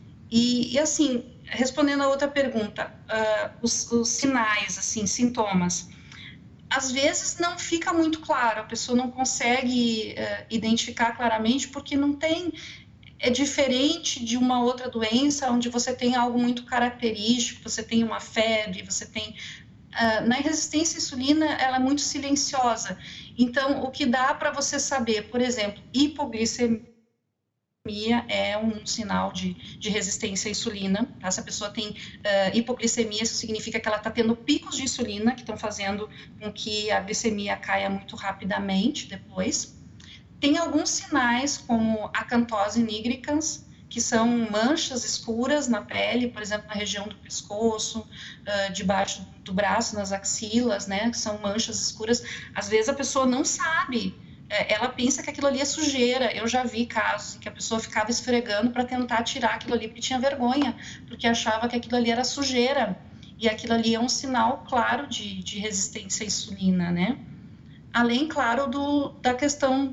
C: E assim, respondendo a outra pergunta, os sinais, assim, sintomas, às vezes não fica muito claro, a pessoa não consegue identificar claramente porque não tem, é diferente de uma outra doença onde você tem algo muito característico, você tem uma febre, você tem na resistência à insulina, ela é muito silenciosa. Então, o que dá para você saber, por exemplo, hipoglicemia é um sinal de resistência à insulina. Tá? Se a pessoa tem hipoglicemia, isso significa que ela está tendo picos de insulina que estão fazendo com que a glicemia caia muito rapidamente depois. Tem alguns sinais, como acantose nigricans, que são manchas escuras na pele, por exemplo, na região do pescoço, debaixo do braço, nas axilas, né, que são manchas escuras. Às vezes a pessoa não sabe, ela pensa que aquilo ali é sujeira. Eu já vi casos em que a pessoa ficava esfregando para tentar tirar aquilo ali, porque tinha vergonha, porque achava que aquilo ali era sujeira, e aquilo ali é um sinal claro de resistência à insulina, né? Além, claro, da questão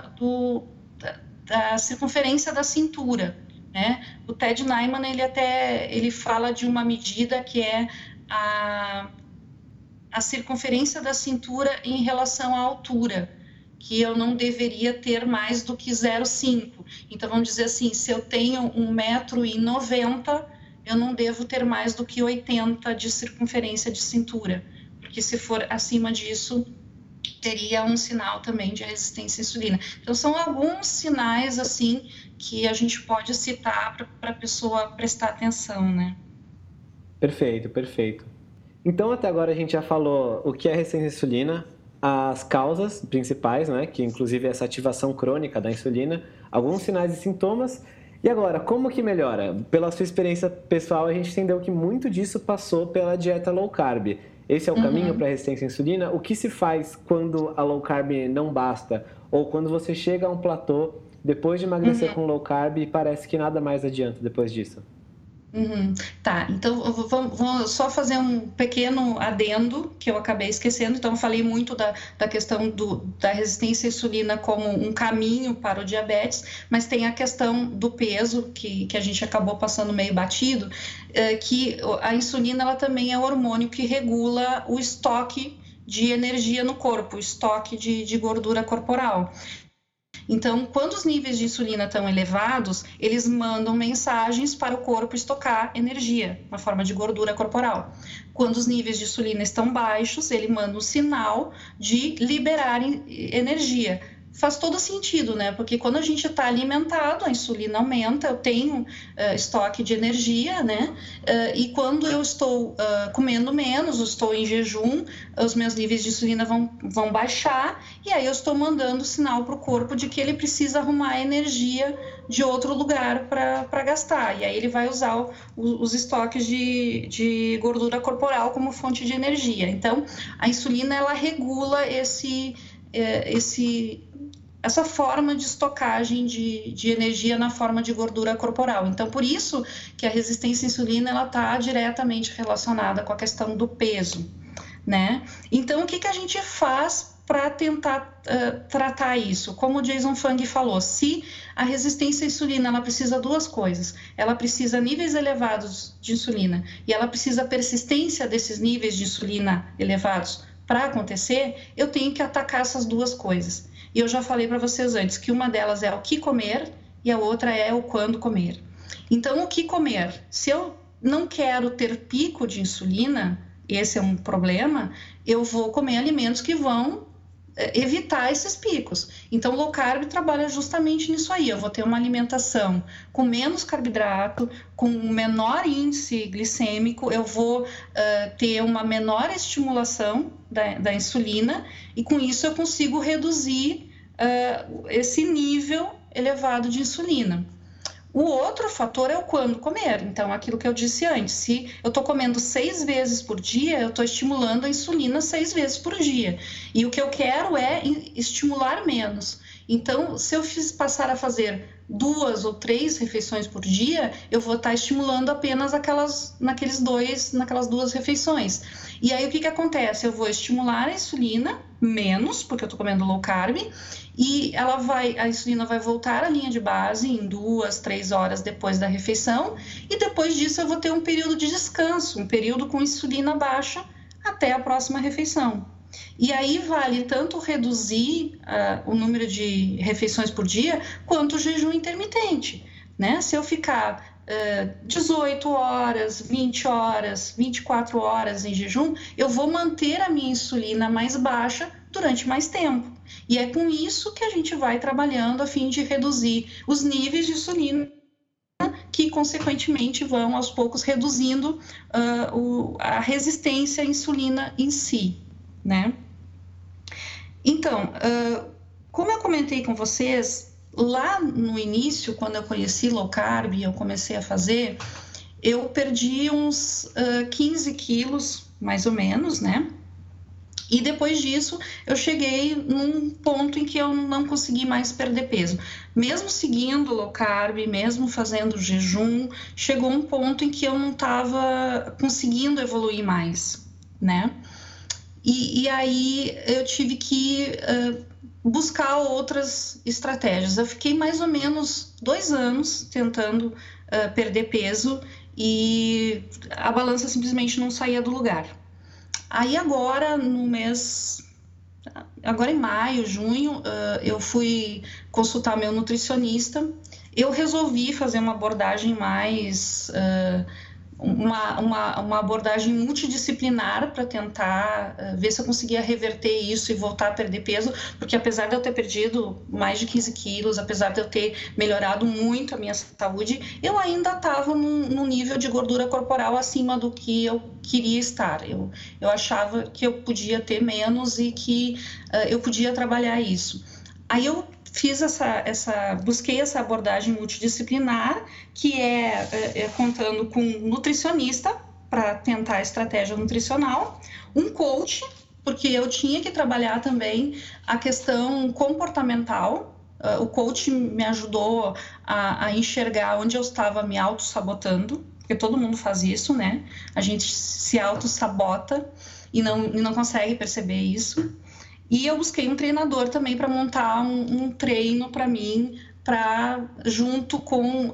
C: da circunferência da cintura. Né? O Ted Naiman, ele fala de uma medida que é a circunferência da cintura em relação à altura, que eu não deveria ter mais do que 0,5. Então, vamos dizer assim, se eu tenho 1,90 m, eu não devo ter mais do que 80 de circunferência de cintura, porque se for acima disso, teria um sinal também de resistência à insulina. Então, são alguns sinais, assim, que a gente pode citar para a pessoa prestar atenção, né?
A: Perfeito, perfeito. Então, até agora a gente já falou o que é resistência à insulina, as causas principais, né, que inclusive é essa ativação crônica da insulina, alguns sinais e sintomas. E agora, como que melhora? Pela sua experiência pessoal, a gente entendeu que muito disso passou pela dieta low carb. Esse é o caminho para a resistência à insulina? O que se faz quando a low carb não basta? Ou quando você chega a um platô, depois de emagrecer com low carb, e parece que nada mais adianta depois disso?
C: Tá, então vou só fazer um pequeno adendo que eu acabei esquecendo. Então, eu falei muito da questão da resistência à insulina como um caminho para o diabetes, mas tem a questão do peso, que a gente acabou passando meio batido, que a insulina ela também é o hormônio que regula o estoque de energia no corpo, o estoque de gordura corporal. Então, quando os níveis de insulina estão elevados, eles mandam mensagens para o corpo estocar energia na forma de gordura corporal. Quando os níveis de insulina estão baixos, ele manda um sinal de liberar energia. Faz todo sentido, né? Porque quando a gente está alimentado, a insulina aumenta, eu tenho estoque de energia, né? E quando eu estou comendo menos, eu estou em jejum, os meus níveis de insulina vão baixar, e aí eu estou mandando sinal para o corpo de que ele precisa arrumar energia de outro lugar para gastar. E aí ele vai usar os estoques de gordura corporal como fonte de energia. Então, a insulina, ela regula essa forma de estocagem de energia na forma de gordura corporal. Então, por isso que a resistência à insulina ela está diretamente relacionada com a questão do peso, né? Então, o que a gente faz para tentar tratar isso? Como o Jason Fung falou, se a resistência à insulina ela precisa de duas coisas, ela precisa níveis elevados de insulina e ela precisa persistência desses níveis de insulina elevados para acontecer, eu tenho que atacar essas duas coisas. E eu já falei para vocês antes que uma delas é o que comer e a outra é o quando comer. Então, o que comer? Se eu não quero ter pico de insulina, esse é um problema, eu vou comer alimentos que vão evitar esses picos. Então, o low carb trabalha justamente nisso aí. Eu vou ter uma alimentação com menos carboidrato, com menor índice glicêmico, eu vou ter uma menor estimulação da insulina e, com isso, eu consigo reduzir esse nível elevado de insulina. O outro fator é o quando comer. Então, aquilo que eu disse antes, se eu estou comendo 6 vezes por dia, eu estou estimulando a insulina 6 vezes por dia. E o que eu quero é estimular menos. Então, se eu passar a fazer 2 ou 3 refeições por dia, eu vou estar estimulando apenas naquelas 2 refeições. E aí, o que acontece? Eu vou estimular a insulina menos, porque eu estou comendo low carb, e a insulina vai voltar à linha de base em 2, 3 horas depois da refeição, e depois disso eu vou ter um período de descanso, um período com insulina baixa até a próxima refeição. E aí vale tanto reduzir o número de refeições por dia, quanto o jejum intermitente, né? Se eu ficar 18 horas, 20 horas, 24 horas em jejum, eu vou manter a minha insulina mais baixa durante mais tempo. E é com isso que a gente vai trabalhando a fim de reduzir os níveis de insulina, que consequentemente vão aos poucos reduzindo a resistência à insulina em si, né? Então, como eu comentei com vocês, lá no início, quando eu conheci low carb e eu comecei a fazer, eu perdi uns 15 quilos, mais ou menos, né? E depois disso, eu cheguei num ponto em que eu não consegui mais perder peso. Mesmo seguindo low carb, mesmo fazendo jejum, chegou um ponto em que eu não estava conseguindo evoluir mais, né? E aí eu tive que buscar outras estratégias. Eu fiquei mais ou menos 2 anos tentando perder peso e a balança simplesmente não saía do lugar. Aí agora, agora em maio, junho, eu fui consultar meu nutricionista. Eu resolvi fazer uma abordagem mais... uma abordagem multidisciplinar para tentar ver se eu conseguia reverter isso e voltar a perder peso, porque apesar de eu ter perdido mais de 15 quilos, apesar de eu ter melhorado muito a minha saúde, eu ainda estava num nível de gordura corporal acima do que eu queria estar. Eu achava que eu podia ter menos e que eu podia trabalhar isso. Aí eu fiz busquei essa abordagem multidisciplinar, que é contando com um nutricionista para tentar a estratégia nutricional, um coach, porque eu tinha que trabalhar também a questão comportamental. O coach me ajudou a enxergar onde eu estava me auto-sabotando, porque todo mundo faz isso, né? A gente se auto-sabota e não consegue perceber isso. E eu busquei um treinador também para montar um treino para mim, para junto com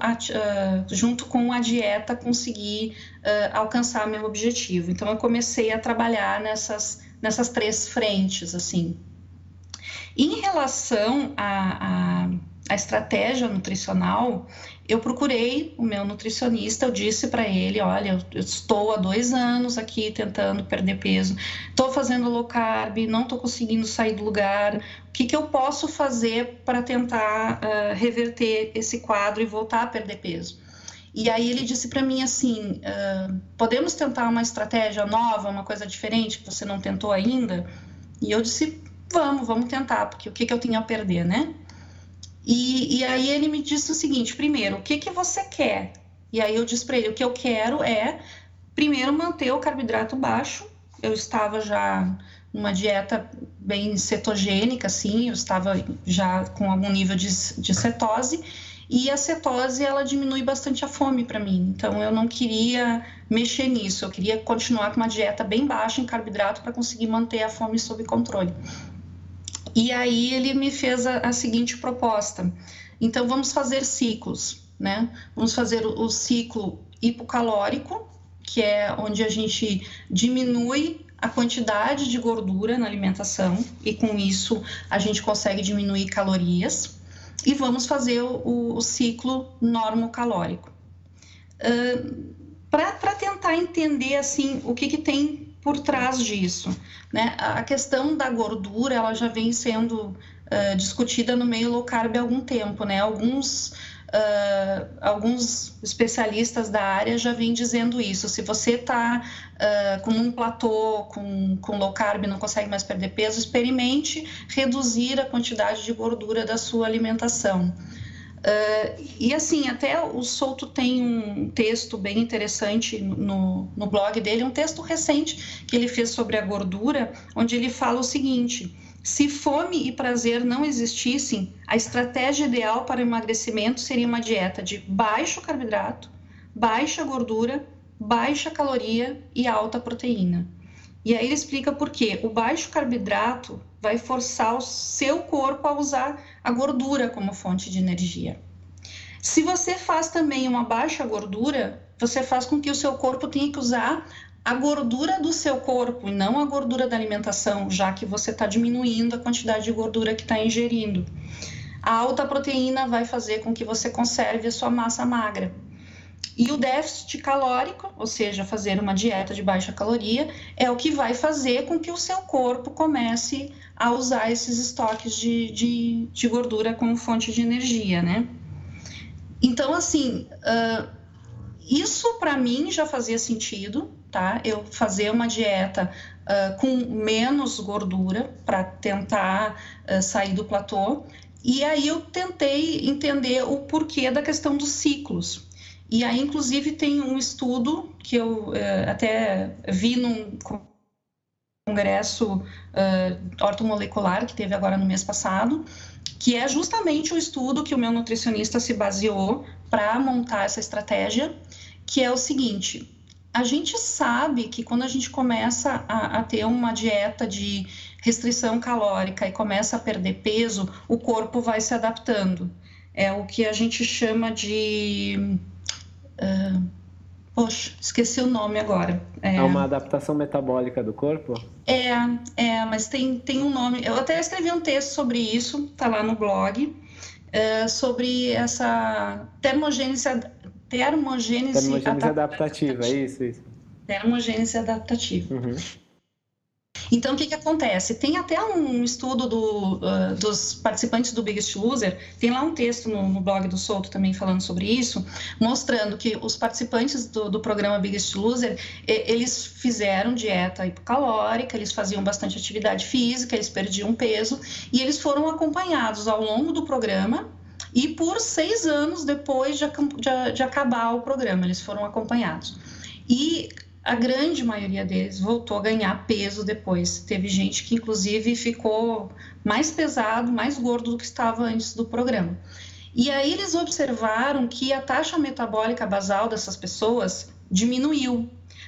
C: a dieta conseguir alcançar meu objetivo. Então eu comecei a trabalhar nessas 3 frentes, assim. Em relação à estratégia nutricional, eu procurei o meu nutricionista, eu disse para ele, olha, eu estou há 2 anos aqui tentando perder peso, estou fazendo low carb, não estou conseguindo sair do lugar, o que eu posso fazer para tentar reverter esse quadro e voltar a perder peso? E aí ele disse para mim assim, podemos tentar uma estratégia nova, uma coisa diferente que você não tentou ainda? E eu disse, vamos tentar, porque o que eu tinha a perder, né? E aí ele me disse o seguinte, primeiro, o que você quer? E aí eu disse para ele, o que eu quero é, primeiro, manter o carboidrato baixo. Eu estava já numa dieta bem cetogênica, assim, eu estava já com algum nível de cetose, e a cetose, ela diminui bastante a fome para mim, então eu não queria mexer nisso, eu queria continuar com uma dieta bem baixa em carboidrato para conseguir manter a fome sob controle. E aí ele me fez a seguinte proposta, então vamos fazer ciclos, né? Vamos fazer o ciclo hipocalórico, que é onde a gente diminui a quantidade de gordura na alimentação e com isso a gente consegue diminuir calorias, e vamos fazer o ciclo normocalórico. Para tentar entender assim, o que tem por trás disso, né? A questão da gordura, ela já vem sendo discutida no meio low carb há algum tempo, né? Alguns especialistas da área já vêm dizendo isso. Se você está com um platô, com low carb, não consegue mais perder peso, experimente reduzir a quantidade de gordura da sua alimentação. E assim, até o Souto tem um texto bem interessante no blog dele, um texto recente que ele fez sobre a gordura, onde ele fala o seguinte: se fome e prazer não existissem, a estratégia ideal para o emagrecimento seria uma dieta de baixo carboidrato, baixa gordura, baixa caloria e alta proteína. E aí ele explica por quê. O baixo carboidrato vai forçar o seu corpo a usar a gordura como fonte de energia. Se você faz também uma baixa gordura, você faz com que o seu corpo tenha que usar a gordura do seu corpo e não a gordura da alimentação, já que você está diminuindo a quantidade de gordura que está ingerindo. A alta proteína vai fazer com que você conserve a sua massa magra. E o déficit calórico, ou seja, fazer uma dieta de baixa caloria, é o que vai fazer com que o seu corpo comece a usar esses estoques de gordura como fonte de energia, né? Então, assim, isso para mim já fazia sentido, tá? Eu fazer uma dieta com menos gordura para tentar sair do platô. E aí eu tentei entender o porquê da questão dos ciclos. E aí, inclusive, tem um estudo que eu até vi num congresso ortomolecular que teve agora no mês passado, que é justamente o estudo que o meu nutricionista se baseou para montar essa estratégia, que é o seguinte: a gente sabe que quando a gente começa a ter uma dieta de restrição calórica e começa a perder peso, o corpo vai se adaptando. É o que a gente chama de... Poxa, esqueci o nome agora.
A: É uma adaptação metabólica do corpo?
C: Mas tem um nome. Eu até escrevi um texto sobre isso, tá lá no blog, sobre essa termogênese
A: adaptativa. Isso.
C: Termogênese adaptativa.
A: Uhum.
C: Então, o que acontece? Tem até um estudo dos participantes do Biggest Loser, tem lá um texto no blog do Souto também falando sobre isso, mostrando que os participantes do programa Biggest Loser, eles fizeram dieta hipocalórica, eles faziam bastante atividade física, eles perdiam peso, e eles foram acompanhados ao longo do programa, e por 6 anos depois de acabar o programa, eles foram acompanhados. E a grande maioria deles voltou a ganhar peso depois. Teve gente que, inclusive, ficou mais pesado, mais gordo do que estava antes do programa. E aí eles observaram que a taxa metabólica basal dessas pessoas diminuiu,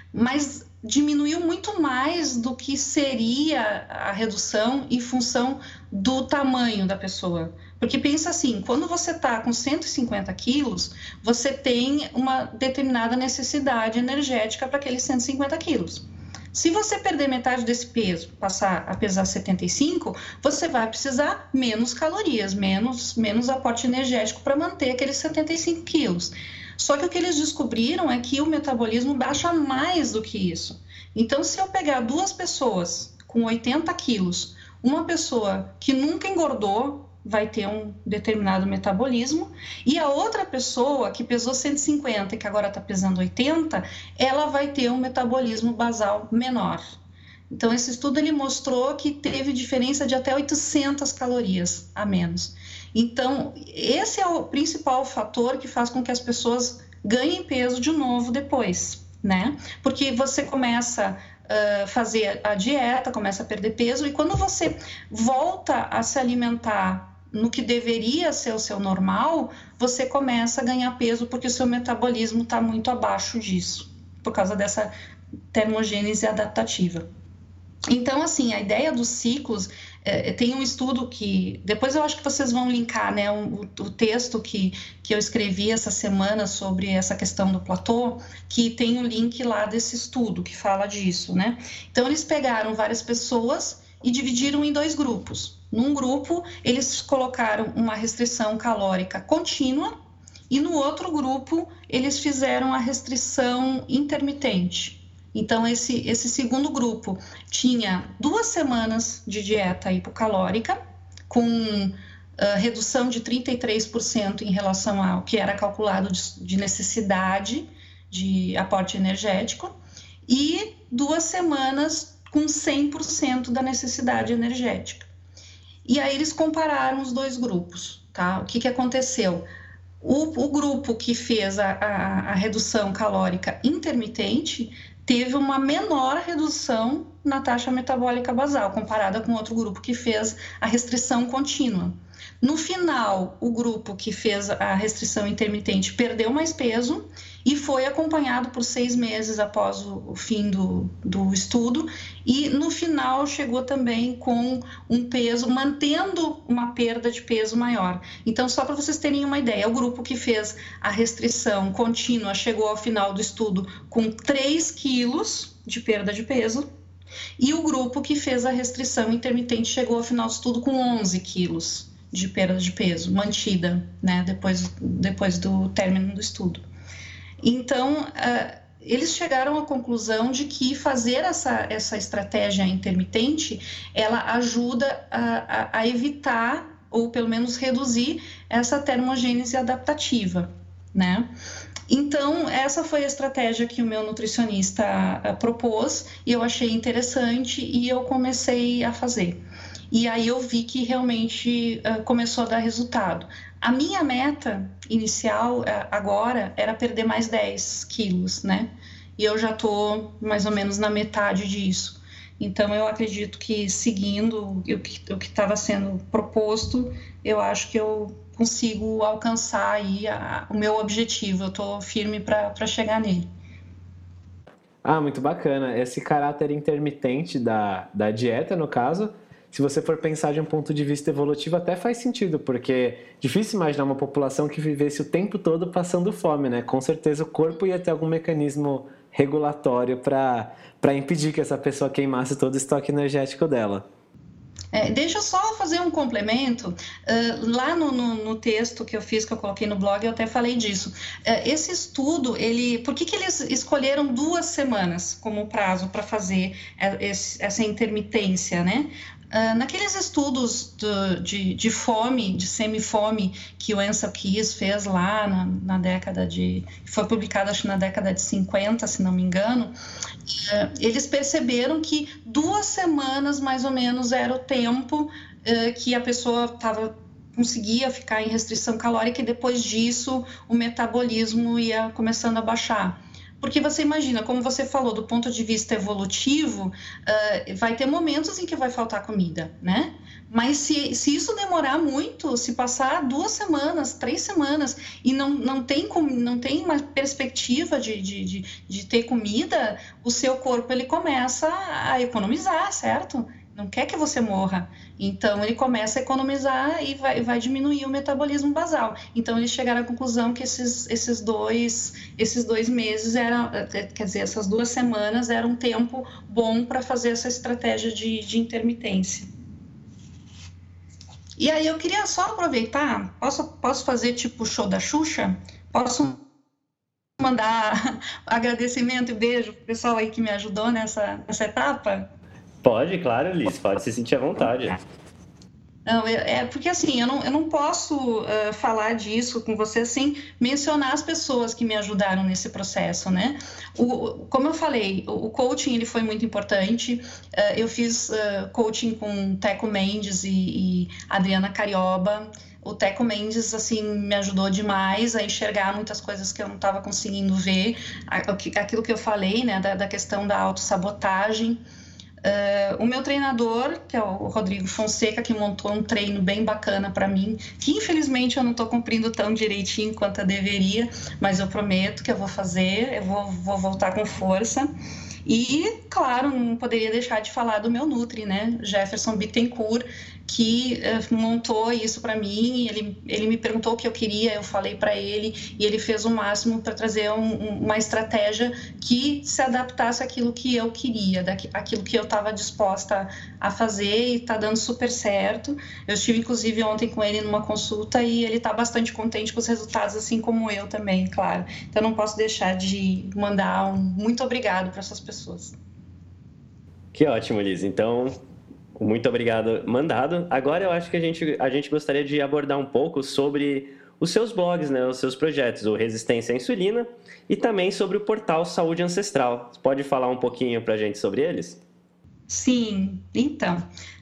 C: mas diminuiu muito mais do que seria a redução em função do tamanho da pessoa. Porque pensa assim, quando você está com 150 quilos, você tem uma determinada necessidade energética para aqueles 150 quilos. Se você perder metade desse peso, passar a pesar 75, você vai precisar menos calorias, menos aporte energético para manter aqueles 75 quilos. Só que o que eles descobriram é que o metabolismo baixa mais do que isso. Então, se eu pegar 2 pessoas com 80 quilos, uma pessoa que nunca engordou vai ter um determinado metabolismo, e a outra pessoa que pesou 150 e que agora está pesando 80, ela vai ter um metabolismo basal menor. Então, esse estudo ele mostrou que teve diferença de até 800 calorias a menos. Então, esse é o principal fator que faz com que as pessoas ganhem peso de novo depois, né? Porque você começa a fazer a dieta, começa a perder peso, e quando você volta a se alimentar no que deveria ser o seu normal, você começa a ganhar peso porque o seu metabolismo está muito abaixo disso, por causa dessa termogênese adaptativa. Então, assim, a ideia dos ciclos, tem um estudo que, depois eu acho que vocês vão linkar, né, o texto que eu escrevi essa semana sobre essa questão do platô, que tem um link lá desse estudo que fala disso, né? Então, eles pegaram várias pessoas e dividiram em 2 grupos. Num grupo, eles colocaram uma restrição calórica contínua e no outro grupo, eles fizeram a restrição intermitente. Então, esse segundo grupo tinha 2 semanas de dieta hipocalórica, com redução de 33% em relação ao que era calculado de necessidade de aporte energético, e 2 semanas com 100% da necessidade energética. E aí eles compararam os 2 grupos, tá? O que aconteceu? O grupo que fez a redução calórica intermitente teve uma menor redução na taxa metabólica basal, comparada com outro grupo que fez a restrição contínua. No final, o grupo que fez a restrição intermitente perdeu mais peso e foi acompanhado por 6 meses após o fim do estudo, e no final chegou também com um peso, mantendo uma perda de peso maior. Então, só para vocês terem uma ideia, o grupo que fez a restrição contínua chegou ao final do estudo com 3 quilos de perda de peso, e o grupo que fez a restrição intermitente chegou ao final do estudo com 11 quilos de perda de peso, mantida, né, depois do término do estudo. Então, eles chegaram à conclusão de que fazer essa estratégia intermitente, ela ajuda a evitar, ou pelo menos reduzir, essa termogênese adaptativa, né? Então, essa foi a estratégia que o meu nutricionista propôs, e eu achei interessante, e eu comecei a fazer. E aí eu vi que realmente começou a dar resultado. A minha meta inicial agora era perder mais 10 quilos, né? E eu já estou mais ou menos na metade disso. Então, eu acredito que seguindo o que estava sendo proposto, eu acho que eu consigo alcançar aí o meu objetivo. Eu estou firme para chegar nele.
A: Muito bacana. Esse caráter intermitente da dieta, no caso, se você for pensar de um ponto de vista evolutivo, até faz sentido, porque é difícil imaginar uma população que vivesse o tempo todo passando fome, né? Com certeza o corpo ia ter algum mecanismo regulatório para impedir que essa pessoa queimasse todo o estoque energético dela.
C: Deixa eu só fazer um complemento. Lá no texto que eu fiz, que eu coloquei no blog, eu até falei disso. Esse estudo, por que eles escolheram 2 semanas como prazo para fazer essa intermitência, né? Naqueles estudos de fome, de semifome, que o Ansel Keys fez lá na década foi publicado acho na década de 50, se não me engano, eles perceberam que 2 semanas mais ou menos era o tempo que a pessoa conseguia ficar em restrição calórica, e depois disso o metabolismo ia começando a baixar. Porque você imagina, como você falou, do ponto de vista evolutivo, vai ter momentos em que vai faltar comida, né? Mas se isso demorar muito, se passar 2 semanas, 3 semanas, e não tem uma perspectiva de ter comida, o seu corpo ele começa a economizar, certo? Não quer que você morra. Então, ele começa a economizar e vai diminuir o metabolismo basal. Então, eles chegaram à conclusão que esses dois meses essas 2 semanas era um tempo bom para fazer essa estratégia de intermitência. E aí, eu queria só aproveitar, posso fazer tipo o show da Xuxa? Posso mandar agradecimento e beijo pro pessoal aí que me ajudou nessa etapa?
B: Pode, claro, Liz, pode se sentir à vontade.
C: Não, porque assim, eu não posso falar disso com você sem mencionar as pessoas que me ajudaram nesse processo, né? Como eu falei, o coaching ele foi muito importante. Eu fiz coaching com Teco Mendes e Adriana Carioba. O Teco Mendes, assim, me ajudou demais a enxergar muitas coisas que eu não estava conseguindo ver. Aquilo que eu falei, né, da questão da autossabotagem. O meu treinador, que é o Rodrigo Fonseca, que montou um treino bem bacana para mim, que infelizmente eu não estou cumprindo tão direitinho quanto eu deveria, mas eu prometo que eu vou fazer, eu vou voltar com força. E, claro, não poderia deixar de falar do meu Nutri, né? Jefferson Bittencourt, que montou isso para mim. Ele me perguntou o que eu queria, eu falei para ele, e ele fez o máximo para trazer uma estratégia que se adaptasse àquilo que eu queria, àquilo que eu estava disposta a fazer, e está dando super certo. Eu estive, inclusive, ontem com ele numa consulta e ele está bastante contente com os resultados, assim como eu também, claro. Então, não posso deixar de mandar um muito obrigado para essas pessoas.
B: Que ótimo, Liz. Então, muito obrigado, mandado. Agora eu acho que a gente gostaria de abordar um pouco sobre os seus blogs, né, os seus projetos, o Resistência à Insulina, e também sobre o portal Saúde Ancestral. Você pode falar um pouquinho para a gente sobre eles?
C: Sim, então...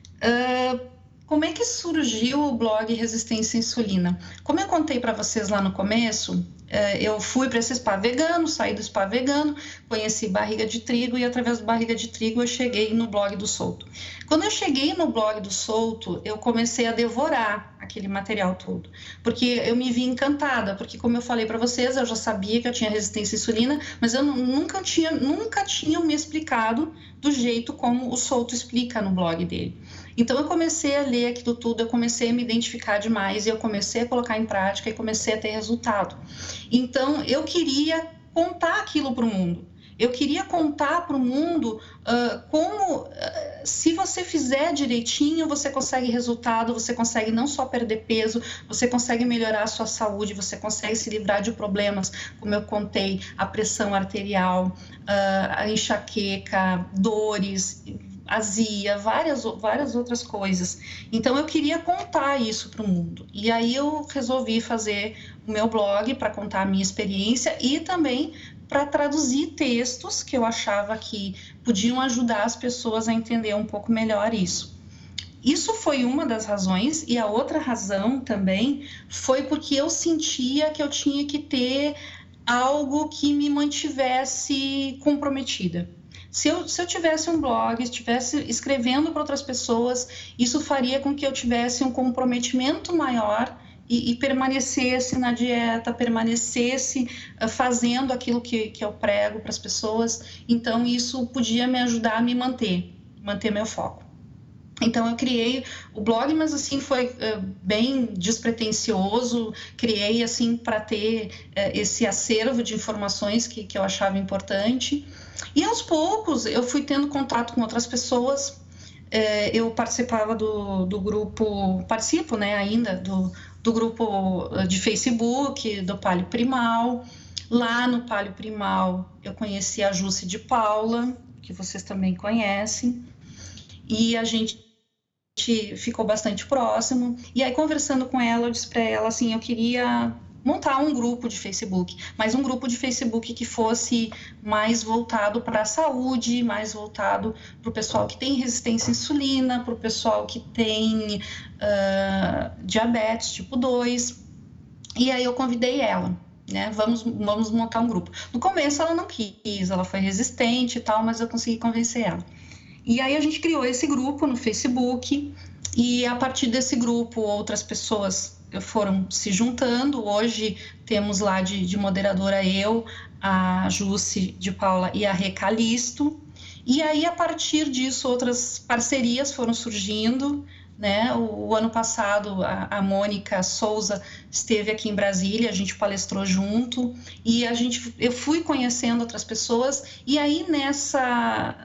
C: Como é que surgiu o blog Resistência à Insulina? Como eu contei para vocês lá no começo, eu fui para esse spa vegano, saí do spa vegano, conheci Barriga de Trigo, e através do Barriga de Trigo eu cheguei no blog do Souto. Quando eu cheguei no blog do Souto, eu comecei a devorar aquele material todo, porque eu me vi encantada, porque como eu falei para vocês, eu já sabia que eu tinha resistência à insulina, mas eu nunca tinha me explicado do jeito como o Souto explica no blog dele. Então, eu comecei a ler aquilo tudo, eu comecei a me identificar demais, e eu comecei a colocar em prática e comecei a ter resultado. Então, eu queria contar aquilo para o mundo. Eu queria contar para o mundo como, se você fizer direitinho, você consegue resultado, você consegue não só perder peso, você consegue melhorar a sua saúde, você consegue se livrar de problemas, como eu contei, a pressão arterial, a enxaqueca, dores, azia, várias outras coisas. Então, eu queria contar isso para o mundo. E aí, eu resolvi fazer o meu blog para contar a minha experiência e também para traduzir textos que eu achava que podiam ajudar as pessoas a entender um pouco melhor isso. Isso foi uma das razões, e a outra razão também foi porque eu sentia que eu tinha que ter algo que me mantivesse comprometida. Se eu tivesse um blog, estivesse escrevendo para outras pessoas, isso faria com que eu tivesse um comprometimento maior e permanecesse na dieta, permanecesse fazendo aquilo que eu prego para as pessoas. Então, isso podia me ajudar a me manter meu foco. Então, eu criei o blog, mas assim, foi bem despretensioso, criei assim para ter esse acervo de informações que eu achava importante. E aos poucos, eu fui tendo contato com outras pessoas, eu participava do grupo, participo, né, ainda, do grupo de Facebook, do Palio Primal. Lá no Palio Primal, eu conheci a Jussi de Paula, que vocês também conhecem, e a gente ficou bastante próximo. E aí, conversando com ela, eu disse para ela assim, eu queria montar um grupo de Facebook, mas um grupo de Facebook que fosse mais voltado para a saúde, mais voltado para o pessoal que tem resistência à insulina, para o pessoal que tem diabetes tipo 2. E aí eu convidei ela, né? Vamos montar um grupo. No começo ela não quis, ela foi resistente e tal, mas eu consegui convencer ela. E aí a gente criou esse grupo no Facebook, e a partir desse grupo outras pessoas foram se juntando. Hoje temos lá de moderadora eu, a Jussi de Paula e a Rê Calisto. E aí, a partir disso, outras parcerias foram surgindo, né? O ano passado, a Mônica Souza esteve aqui em Brasília, a gente palestrou junto, e eu fui conhecendo outras pessoas, e aí nessa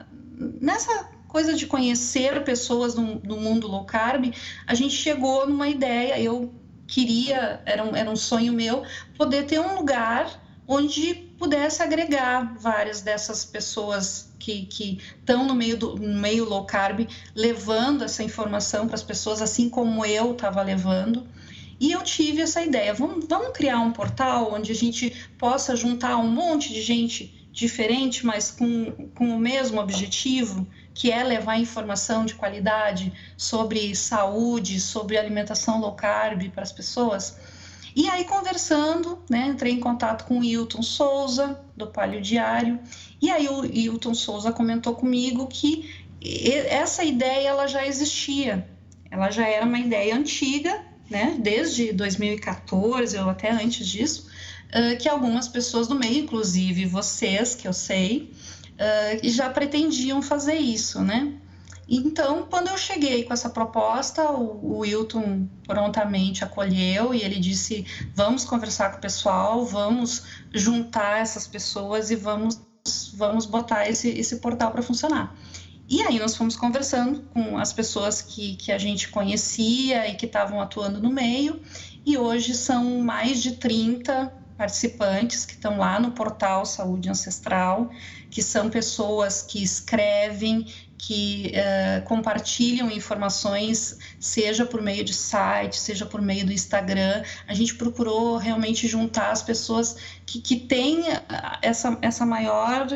C: coisa de conhecer pessoas do mundo low carb, a gente chegou numa ideia, eu queria, era um sonho meu, poder ter um lugar onde pudesse agregar várias dessas pessoas que estão no meio low carb, levando essa informação para as pessoas, assim como eu estava levando. E eu tive essa ideia, vamos criar um portal onde a gente possa juntar um monte de gente diferente, mas com o mesmo objetivo, que é levar informação de qualidade sobre saúde, sobre alimentação low carb para as pessoas. E aí, conversando, né, entrei em contato com o Hilton Souza, do Palio Diário, e aí o Hilton Souza comentou comigo que essa ideia ela já existia, ela já era uma ideia antiga, né, desde 2014 ou até antes disso, que algumas pessoas do meio, inclusive vocês, que eu sei, já pretendiam fazer isso, né? Então, quando eu cheguei com essa proposta, o Hilton prontamente acolheu e ele disse, vamos conversar com o pessoal, vamos juntar essas pessoas e vamos botar esse portal para funcionar. E aí nós fomos conversando com as pessoas que a gente conhecia e que estavam atuando no meio, e hoje são mais de 30 participantes que estão lá no portal Saúde Ancestral, que são pessoas que escrevem, que compartilham informações, seja por meio de site, seja por meio do Instagram. A gente procurou realmente juntar as pessoas que têm essa maior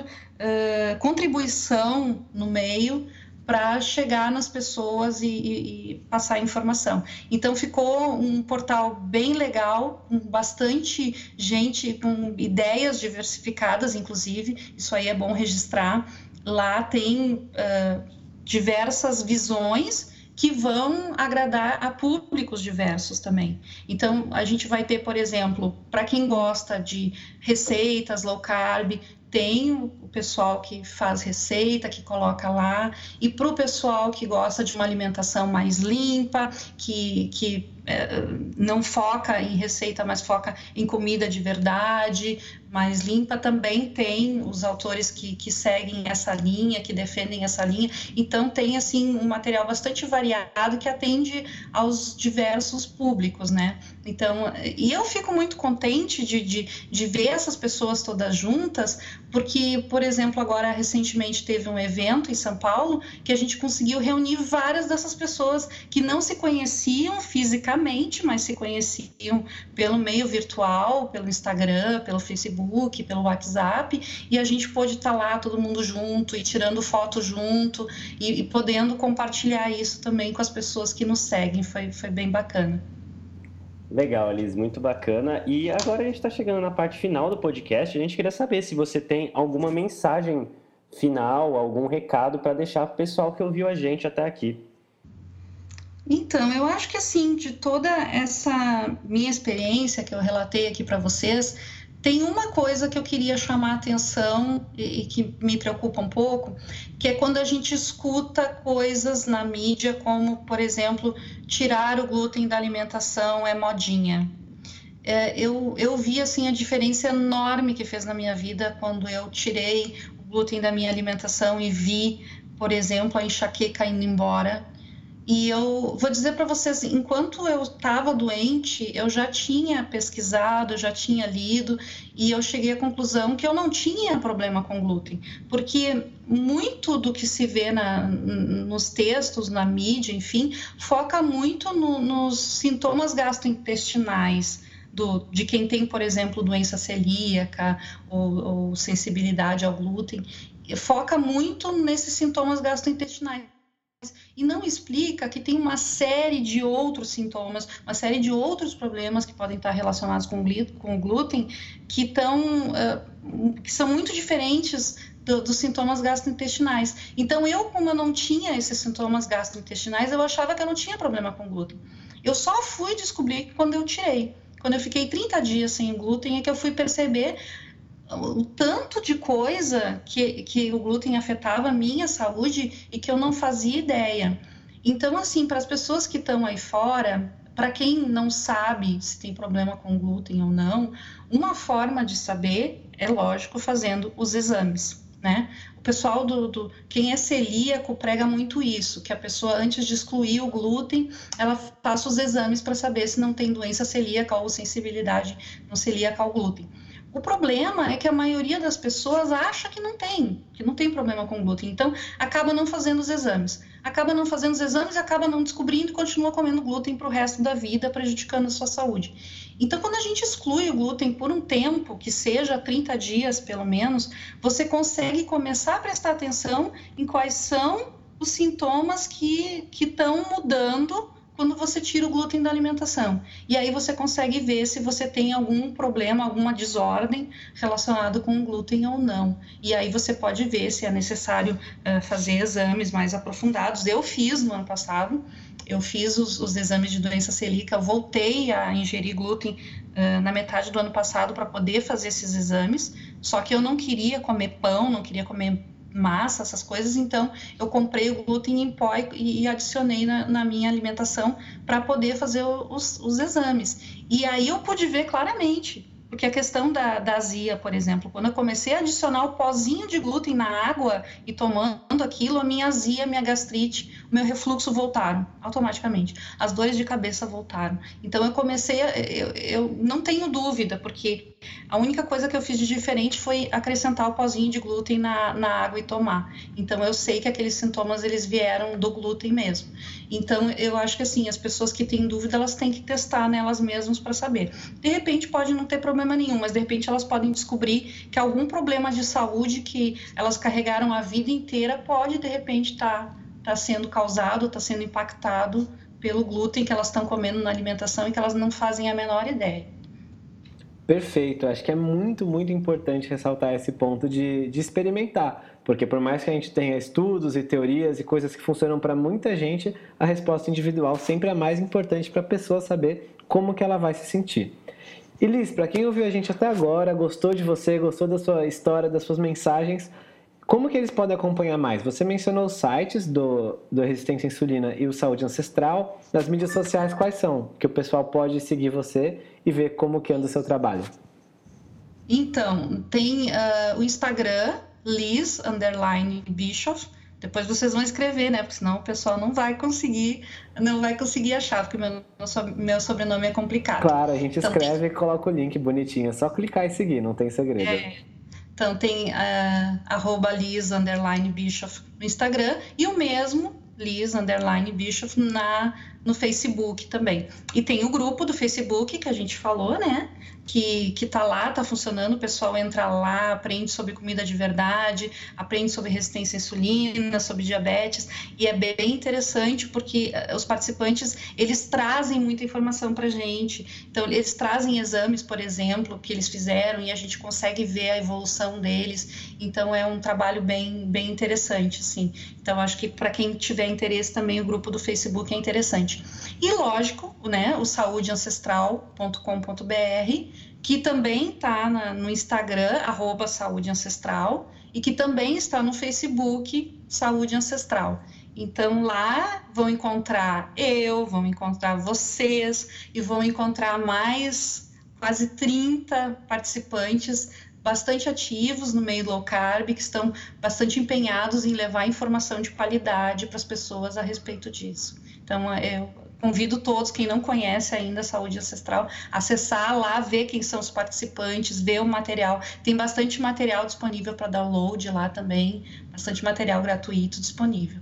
C: contribuição no meio para chegar nas pessoas e passar informação. Então, ficou um portal bem legal, com bastante gente, com ideias diversificadas, inclusive, isso aí é bom registrar. Lá tem diversas visões que vão agradar a públicos diversos também. Então, a gente vai ter, por exemplo, para quem gosta de receitas low carb, tem o pessoal que faz receita, que coloca lá, e para o pessoal que gosta de uma alimentação mais limpa, que não foca em receita, mas foca em comida de verdade, mais limpa. Também tem os autores que seguem essa linha, que defendem essa linha. Então tem assim um material bastante variado que atende aos diversos públicos, né? Então, e eu fico muito contente de ver essas pessoas todas juntas, porque, por exemplo, agora recentemente teve um evento em São Paulo que a gente conseguiu reunir várias dessas pessoas que não se conheciam fisicamente, mas se conheciam pelo meio virtual, pelo Instagram, pelo Facebook, pelo WhatsApp, e a gente pôde estar lá todo mundo junto e tirando foto junto e podendo compartilhar isso também com as pessoas que nos seguem. Foi bem bacana.
B: Legal, Liz, muito bacana. E agora a gente está chegando na parte final do podcast. A gente queria saber se você tem alguma mensagem final, algum recado para deixar para o pessoal que ouviu a gente até aqui.
C: Então, eu acho que assim, de toda essa minha experiência que eu relatei aqui para vocês, tem uma coisa que eu queria chamar a atenção e que me preocupa um pouco, que é quando a gente escuta coisas na mídia como, por exemplo, tirar o glúten da alimentação é modinha. Eu vi assim, a diferença enorme que fez na minha vida quando eu tirei o glúten da minha alimentação e vi, por exemplo, a enxaqueca indo embora. E eu vou dizer para vocês, enquanto eu estava doente, eu já tinha pesquisado, eu já tinha lido, e eu cheguei à conclusão que eu não tinha problema com glúten, porque muito do que se vê nos textos, na mídia, enfim, foca muito nos sintomas gastrointestinais, de quem tem, por exemplo, doença celíaca ou sensibilidade ao glúten, foca muito nesses sintomas gastrointestinais. E não explica que tem uma série de outros sintomas, uma série de outros problemas que podem estar relacionados com o glúten, que são muito diferentes dos sintomas gastrointestinais. Então, como eu não tinha esses sintomas gastrointestinais, eu achava que eu não tinha problema com glúten. Eu só fui descobrir quando eu tirei. Quando eu fiquei 30 dias sem glúten, é que eu fui perceber o tanto de coisa que o glúten afetava a minha saúde e que eu não fazia ideia. Então, assim, para as pessoas que estão aí fora, para quem não sabe se tem problema com glúten ou não, uma forma de saber é, lógico, fazendo os exames, né? O pessoal quem é celíaco prega muito isso, que a pessoa, antes de excluir o glúten, ela faça os exames para saber se não tem doença celíaca ou sensibilidade não celíaca ao glúten. O problema é que a maioria das pessoas acha que não tem problema com glúten, então acaba não fazendo os exames. Acaba não fazendo os exames, acaba não descobrindo e continua comendo glúten para o resto da vida, prejudicando a sua saúde. Então, quando a gente exclui o glúten por um tempo, que seja 30 dias pelo menos, você consegue começar a prestar atenção em quais são os sintomas que estão mudando quando você tira o glúten da alimentação. E aí você consegue ver se você tem algum problema, alguma desordem relacionada com o glúten ou não. E aí você pode ver se é necessário fazer exames mais aprofundados. Eu fiz no ano passado, eu fiz os exames de doença celíaca, eu voltei a ingerir glúten na metade do ano passado para poder fazer esses exames, só que eu não queria comer pão, não queria comer massa, essas coisas, então eu comprei o glúten em pó e adicionei na minha alimentação para poder fazer os exames. E aí eu pude ver claramente, porque a questão da azia, por exemplo, quando eu comecei a adicionar o pozinho de glúten na água e tomando aquilo, a minha azia, a minha gastrite, o meu refluxo voltaram automaticamente, as dores de cabeça voltaram. Então eu comecei, eu não tenho dúvida, porque a única coisa que eu fiz de diferente foi acrescentar o pozinho de glúten na água e tomar. Então eu sei que aqueles sintomas eles vieram do glúten mesmo. Então eu acho que assim, as pessoas que têm dúvida, elas têm que testar nelas mesmas para saber. De repente pode não ter problema nenhum, mas de repente elas podem descobrir que algum problema de saúde que elas carregaram a vida inteira pode de repente estar sendo causado, está sendo impactado pelo glúten que elas estão comendo na alimentação e que elas não fazem a menor ideia.
A: Perfeito, acho que é muito, muito importante ressaltar esse ponto de experimentar, porque por mais que a gente tenha estudos e teorias e coisas que funcionam para muita gente, a resposta individual sempre é mais importante para a pessoa saber como que ela vai se sentir. E Liz, para quem ouviu a gente até agora, gostou de você, gostou da sua história, das suas mensagens, Como que eles podem acompanhar mais? Você mencionou os sites do Resistência à Insulina e o Saúde Ancestral. Nas mídias sociais, quais são? Que o pessoal pode seguir você e ver como que anda o seu trabalho.
C: Então, tem o Instagram, Liz_Bischoff. Depois vocês vão escrever, né? Porque senão o pessoal não vai conseguir achar, porque meu sobrenome é complicado.
A: Claro, a gente escreve e coloca o link bonitinho. É só clicar e seguir, não tem segredo.
C: Então, tem @Liz_Bischoff no Instagram e o mesmo Liz_Bischoff no Facebook também. E tem o grupo do Facebook que a gente falou, né? Que tá lá, tá funcionando, o pessoal entra lá, aprende sobre comida de verdade, aprende sobre resistência à insulina, sobre diabetes, e é bem interessante porque os participantes, eles trazem muita informação pra gente. Então, eles trazem exames, por exemplo, que eles fizeram e a gente consegue ver a evolução deles. Então, é um trabalho bem interessante, sim. Então, acho que para quem tiver interesse também, o grupo do Facebook é interessante. E, lógico, né, o saudeancestral.com.br, que também está no Instagram, @saudeancestral, e que também está no Facebook, Saúde Ancestral. Então, lá vão encontrar vão encontrar vocês e vão encontrar mais quase 30 participantes bastante ativos no meio low carb, que estão bastante empenhados em levar informação de qualidade para as pessoas a respeito disso. Então, eu convido todos, quem não conhece ainda a Saúde Ancestral, acessar lá, ver quem são os participantes, ver o material. Tem bastante material disponível para download lá também, bastante material gratuito disponível.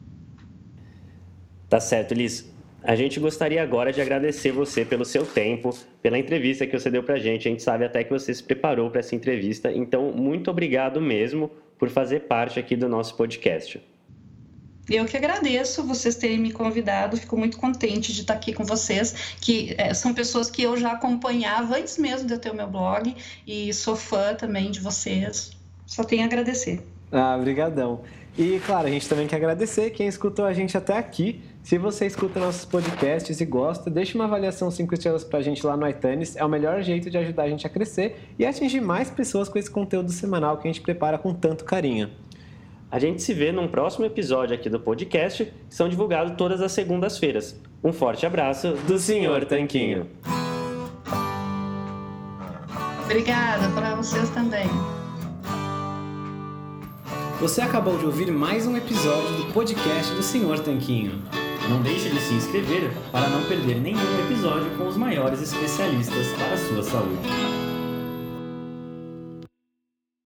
B: Tá certo, Liz. A gente gostaria agora de agradecer você pelo seu tempo, pela entrevista que você deu pra gente. A gente sabe até que você se preparou para essa entrevista. Então, muito obrigado mesmo por fazer parte aqui do nosso podcast.
C: Eu que agradeço vocês terem me convidado, fico muito contente de estar aqui com vocês, que são pessoas que eu já acompanhava antes mesmo de eu ter o meu blog e sou fã também de vocês, só tenho a agradecer.
A: Obrigadão. E, claro, a gente também quer agradecer quem escutou a gente até aqui. Se você escuta nossos podcasts e gosta, deixe uma avaliação 5 estrelas pra gente lá no iTunes. É o melhor jeito de ajudar a gente a crescer e atingir mais pessoas com esse conteúdo semanal que a gente prepara com tanto carinho.
B: A gente se vê num próximo episódio aqui do podcast, que são divulgados todas as segundas-feiras. Um forte abraço do Sr. Tanquinho.
C: Obrigada para vocês também.
A: Você acabou de ouvir mais um episódio do podcast do Sr. Tanquinho.
B: Não deixe de se inscrever para não perder nenhum episódio com os maiores especialistas para a sua saúde.